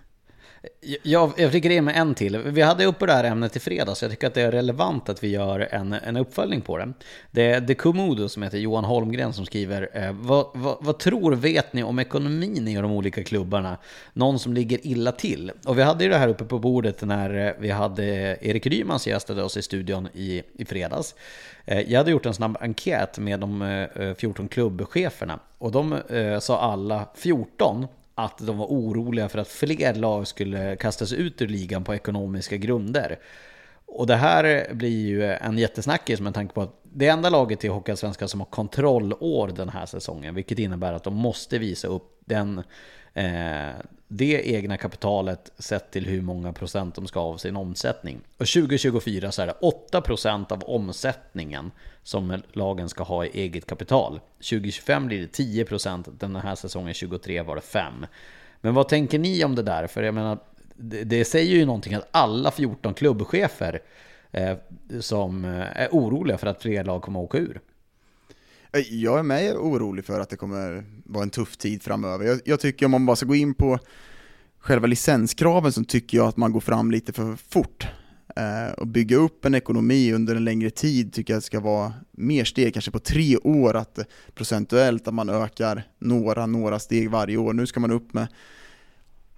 Jag, jag fick in med en till. Vi hade uppe det här ämnet i fredags, så jag tycker att det är relevant att vi gör en, en uppföljning på det. Det är The Komodo som heter Johan Holmgren som skriver eh, vad, vad, vad tror vet ni om ekonomin i de olika klubbarna? Någon som ligger illa till. Och vi hade ju det här uppe på bordet när vi hade Erik Rymans gästade oss i studion i, i fredags. eh, Jag hade gjort en snabb enkät med de eh, fjorton klubbcheferna, och de eh, sa alla fjorton att de var oroliga för att fler lag skulle kastas ut ur ligan på ekonomiska grunder. Och det här blir ju en jättesnackis med tanke på att det enda laget i Hockeyallsvenskan som har kontrollår den här säsongen, vilket innebär att de måste visa upp den, eh, det egna kapitalet sett till hur många procent de ska ha av sin omsättning. Och tjugo tjugofyra så är det åtta procent av omsättningen som lagen ska ha i eget kapital. tjugo tjugofem blir det tio procent, den här säsongen tjugotre var det fem. Men vad tänker ni om det där? För jag menar, det, det säger ju någonting att alla fjorton klubbchefer eh, som är oroliga för att fler lag kommer att åka ur. Jag är med orolig för att det kommer vara en tuff tid framöver. Jag, jag tycker om man bara ska gå in på själva licenskraven, så tycker jag att man går fram lite för fort. Eh, och bygga upp en ekonomi under en längre tid tycker jag ska vara mer steg, kanske på tre år, att procentuellt att man ökar några, några steg varje år. Nu ska man upp med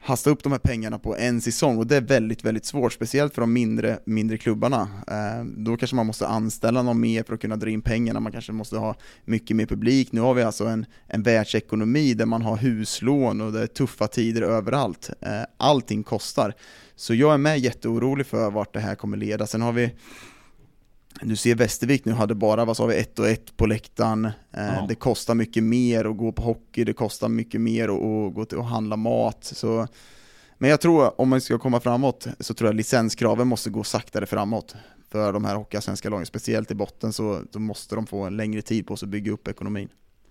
hasta upp de här pengarna på en säsong, och det är väldigt, väldigt svårt, speciellt för de mindre, mindre klubbarna. Eh, då kanske man måste anställa någon mer för att kunna dra in pengarna, man kanske måste ha mycket mer publik. Nu har vi alltså en, en världsekonomi där man har huslån och det är tuffa tider överallt. Eh, allting kostar. Så jag är med jätteorolig för vart det här kommer leda. Sen har vi, du ser Västervik nu hade bara, vad sa vi, ett och ett på läktaren. Eh, ja. Det kostar mycket mer att gå på hockey, det kostar mycket mer att, att gå till och handla mat. Så, men jag tror, om man ska komma framåt, så tror jag licenskraven måste gå saktare framåt. För de här hockeyallsvenska lagen, speciellt i botten, så då måste de få en längre tid på sig att bygga upp ekonomin.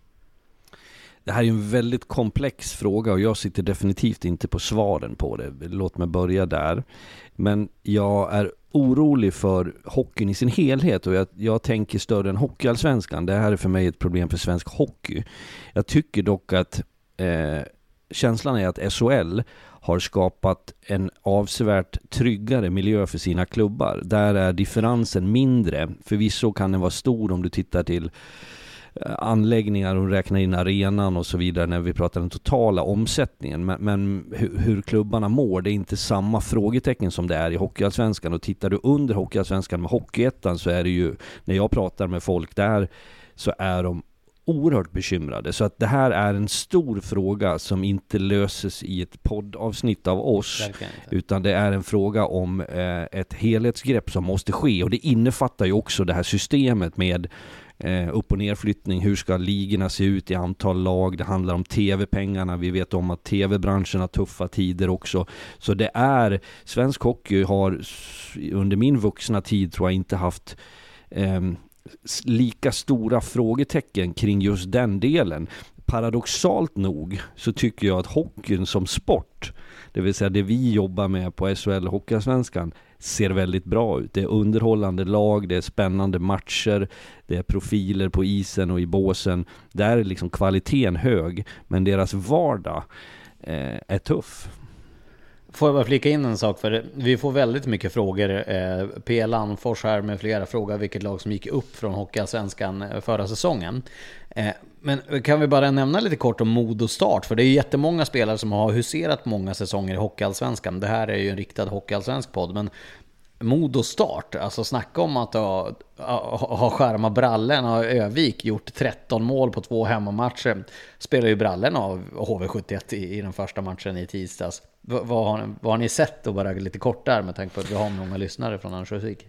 Det här är en väldigt komplex fråga och jag sitter definitivt inte på svaren på det. Låt mig börja där. Men jag är orolig för hockeyn i sin helhet och jag, jag tänker större än hockeyallsvenskan. Det här är för mig ett problem för svensk hockey. Jag tycker dock att eh, känslan är att S H L har skapat en avsevärt tryggare miljö för sina klubbar. Där är differensen mindre. Förvisso kan den vara stor om du tittar till anläggningar och räknar in arenan och så vidare när vi pratar den totala omsättningen, men, men hur, hur klubbarna mår, det är inte samma frågetecken som det är i hockeyallsvenskan. Och tittar du under hockeyallsvenskan med hockeyettan, så är det ju, när jag pratar med folk där, så är de oerhört bekymrade. Så att det här är en stor fråga som inte löses i ett poddavsnitt av oss, utan det är en fråga om eh, ett helhetsgrepp som måste ske, och det innefattar ju också det här systemet med Eh, upp- och nerflyttning. Hur ska ligorna se ut i antal lag? Det handlar om tv-pengarna. Vi vet om att tv-branschen har tuffa tider också. Så det är, svensk hockey har under min vuxna tid tror jag inte haft eh, lika stora frågetecken kring just den delen. Paradoxalt nog så tycker jag att hockeyn som sport, det vill säga det vi jobbar med på S H L och Hockeyallsvenskan, ser väldigt bra ut. Det är underhållande lag, det är spännande matcher, det är profiler på isen och i båsen. Där är liksom kvaliteten hög, men deras vardag eh, är tuff. Får jag bara flika in en sak, för vi får väldigt mycket frågor. Eh, P. Landfors här med flera frågor vilket lag som gick upp från Hockeyallsvenskan förra säsongen. Eh, men kan vi bara nämna lite kort om Modo Start, för det är ju jättemånga spelare som har huserat många säsonger i Hockeyallsvenskan. Det här är ju en riktad hockeyallsvensk podd, men Modo Start, alltså snacka om att ha, ha, ha skärma brallen, har Övik gjort tretton mål på två hemmamatcher. Spelar ju brallen av H V sjuttioett i, i den första matchen i tisdags. V- vad, har, vad har ni sett, och bara lite kort där med tanke på att vi har många lyssnare från Örnsköldsvik?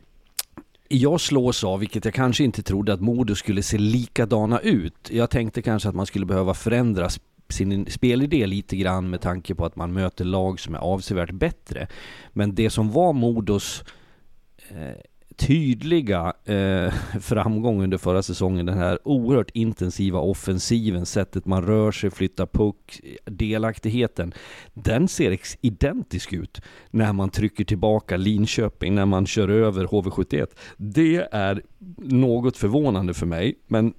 Jag slås av, vilket jag kanske inte trodde, att Modo skulle se likadana ut. Jag tänkte kanske att man skulle behöva förändra sin spelidé lite grann med tanke på att man möter lag som är avsevärt bättre. Men det som var Modos eh, tydliga eh, framgång under förra säsongen, den här oerhört intensiva offensiven, sättet man rör sig, flyttar puck, delaktigheten, den ser identisk ut när man trycker tillbaka Linköping, när man kör över H V sjuttioett. Det är något förvånande för mig, men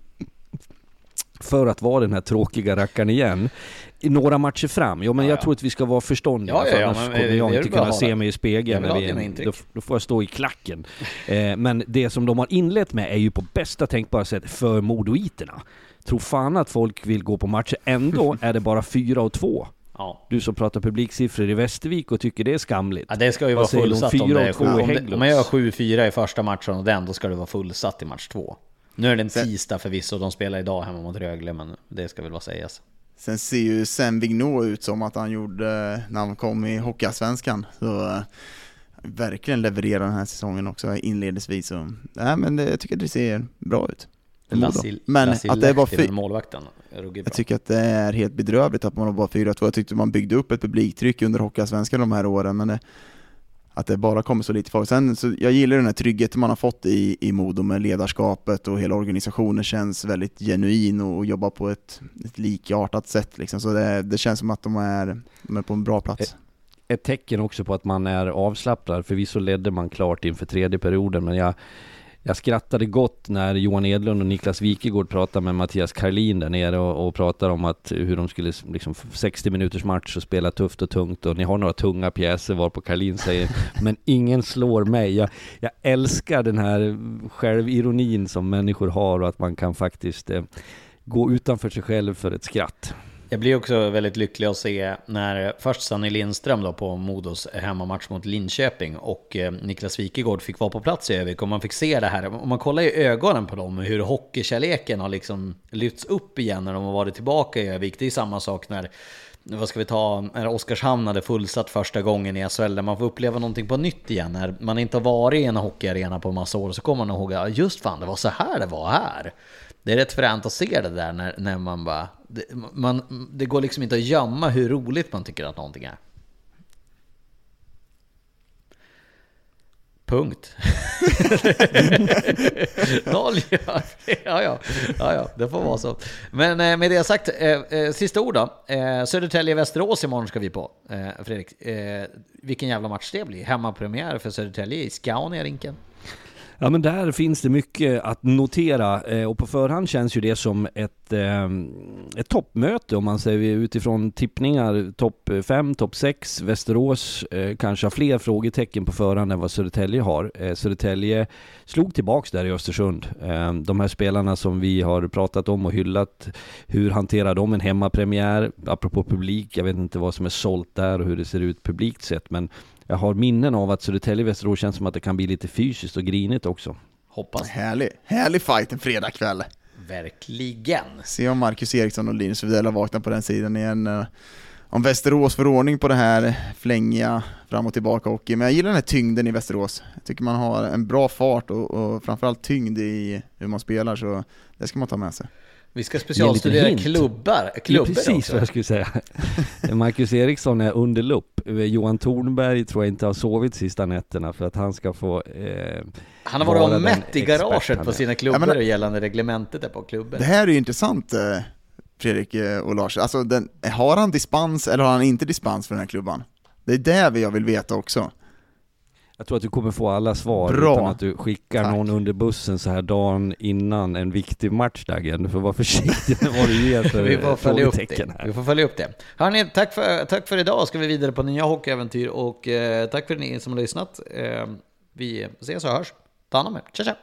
för att vara den här tråkiga rackaren igen i några matcher fram. Jo, men ja, jag ja. tror att vi ska vara förståndiga, ja, ja, ja, annars men, kommer jag inte kunna se det. mig i spegeln. När vi, då, då får jag stå i klacken. eh, men det som de har inlett med är ju på bästa tänkbara sätt för modoiterna. Tror fan att folk vill gå på matcher. Ändå är det bara fyra och två. Ja. Du som pratar publiksiffror i Västervik och tycker det är skamligt. Ja, det ska ju Vad vara fullsatt om, det är, två, om, det, om man gör sju fyra i första matchen och den, då ska det vara fullsatt i match två. Nu är det en tisdag förvisso, de spelar idag hemma mot Rögle, men det ska väl vara sägas. Sen ser ju Sam Vigneault ut som att han gjorde när han kom i Hockeyallsvenskan. Så äh, verkligen levererar den här säsongen också inledningsvis. Så, äh, men det, jag tycker det ser bra ut. Lassil, men Lassil att det är bara fy- målvakten. Jag tycker att det är helt bedrövligt att man har bara fyra två. Jag tyckte man byggde upp ett publiktryck under Hockeyallsvenskan de här åren, men det, att det bara kommer så lite folk. Sen så jag gillar den här tryggheten man har fått i, i Modo med ledarskapet, och hela organisationen känns väldigt genuin och, och jobbar på ett, ett likartat sätt liksom. Så det, det känns som att de är, de är på en bra plats. Ett, ett tecken också på att man är avslappnad, för vi så ledde man klart inför tredje perioden, men jag Jag skrattade gott när Johan Edlund och Niklas Wikegård pratade med Mattias Karlin där nere och, och pratade om att hur de skulle liksom sextio minuters match och spela tufft och tungt, och ni har några tunga pjäser, var på Karlin säger men ingen slår mig. Jag, jag älskar den här självironin som människor har, och att man kan faktiskt eh, gå utanför sig själv för ett skratt. Jag blir också väldigt lycklig att se när först Sanny Lindström då på Modos hemmamatch mot Linköping och eh, Niklas Wikegård fick vara på plats i Övik och man fick se det här. Om man kollar i ögonen på dem hur hockeykärleken har liksom lyfts upp igen när de har varit tillbaka i Övik. Det är samma sak när, vad ska vi ta, när Oskarshamn hade fullsatt första gången i S H L där man får uppleva någonting på nytt igen. När man inte har varit i en hockeyarena på massa år så kommer man ihåg att just fan, det var så här det var här. Det är rätt fränt att se det där när, när man bara det, man, det går liksom inte att gömma hur roligt man tycker att någonting är. Punkt. Noll, ja, ja, ja, ja, det får vara så. Men eh, med det sagt, eh, eh, sista ord då. Eh, Södertälje-Västerås imorgon ska vi på. Eh, Fredrik, eh, vilken jävla match det blir. Hemmapremiär för Södertälje i Scania-rinken. Ja, men där finns det mycket att notera och på förhand känns ju det som ett, ett toppmöte om man säger utifrån tippningar. Topp fem, topp sex, Västerås kanske har fler frågetecken på förhand än vad Södertälje har. Södertälje slog tillbaks där i Östersund. De här spelarna som vi har pratat om och hyllat, hur hanterar de en hemmapremiär? Apropå publik, jag vet inte vad som är sålt där och hur det ser ut publikt sett, men jag har minnen av att Södertälje Västerås känns som att det kan bli lite fysiskt och grinigt också. Hoppas. Härlig, härlig fight en fredagkväll. Verkligen. Se om Marcus Eriksson och Linus Widell har vaknat på den sidan igen. Om Västerås förordning på det här flängiga fram och tillbaka hockey. Men jag gillar den här tyngden i Västerås. Jag tycker man har en bra fart och, och framförallt tyngd i hur man spelar, så det ska man ta med sig. Vi ska specialstudera klubbar, klubbar ja, precis också. Vad jag skulle säga. Marcus Eriksson är under lupp. Johan Thornberg tror jag inte har sovit sista nätterna för att han ska få eh, han har varit och mätt i garaget på sina klubbar ja, men, gällande reglementet där på klubben. Det här är ju intressant, eh, Fredrik och Lars. Alltså, den, har han dispens eller har han inte dispens för den här klubban? Det är det jag vill veta också. Jag tror att du kommer få alla svar Bra. Utan att du skickar Tack. någon under bussen så här dagen innan en viktig matchdag. Du får vara försiktig med vad du ger för vi får följa upp det. Här. Vi får följa upp det. Hörrni, tack för, tack för idag. Ska vi vidare på nya hockeyäventyr och eh, tack för ni som har lyssnat. Eh, vi ses och hörs. Ta hand om er. Tja, tja.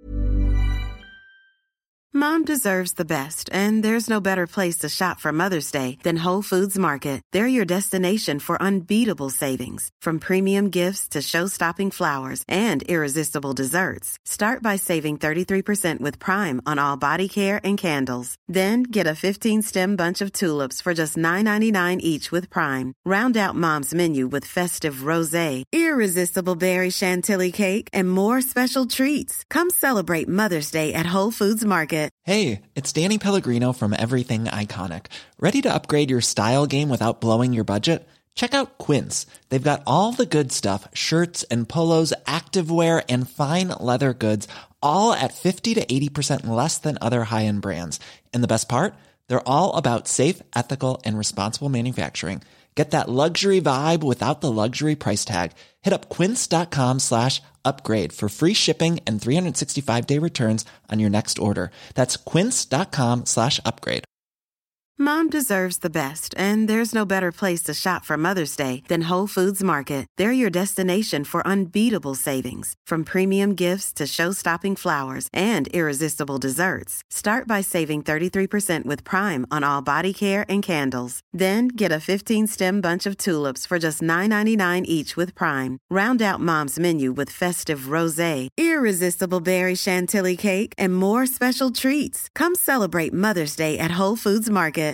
Mom deserves the best, and there's no better place to shop for Mother's Day than Whole Foods Market. They're your destination for unbeatable savings, from premium gifts to show-stopping flowers and irresistible desserts. Start by saving thirty-three percent with Prime on all body care and candles. Then get a fifteen-stem bunch of tulips for just nine ninety-nine each with Prime. Round out Mom's menu with festive rosé, irresistible berry chantilly cake, and more special treats. Come celebrate Mother's Day at Whole Foods Market. Hey, it's Danny Pellegrino from Everything Iconic. Ready to upgrade your style game without blowing your budget? Check out Quince. They've got all the good stuff, shirts and polos, activewear, and fine leather goods, all at fifty to eighty percent less than other high-end brands. And the best part? They're all about safe, ethical, and responsible manufacturing. Get that luxury vibe without the luxury price tag. Hit up quince.com slash upgrade for free shipping and three sixty-five day returns on your next order. That's quince.com slash upgrade. Mom deserves the best, and there's no better place to shop for Mother's Day than Whole Foods Market. They're your destination for unbeatable savings, from premium gifts to show-stopping flowers and irresistible desserts. Start by saving thirty-three percent with Prime on all body care and candles. Then get a fifteen-stem bunch of tulips for just nine ninety-nine each with Prime. Round out Mom's menu with festive rosé, irresistible berry chantilly cake, and more special treats. Come celebrate Mother's Day at Whole Foods Market.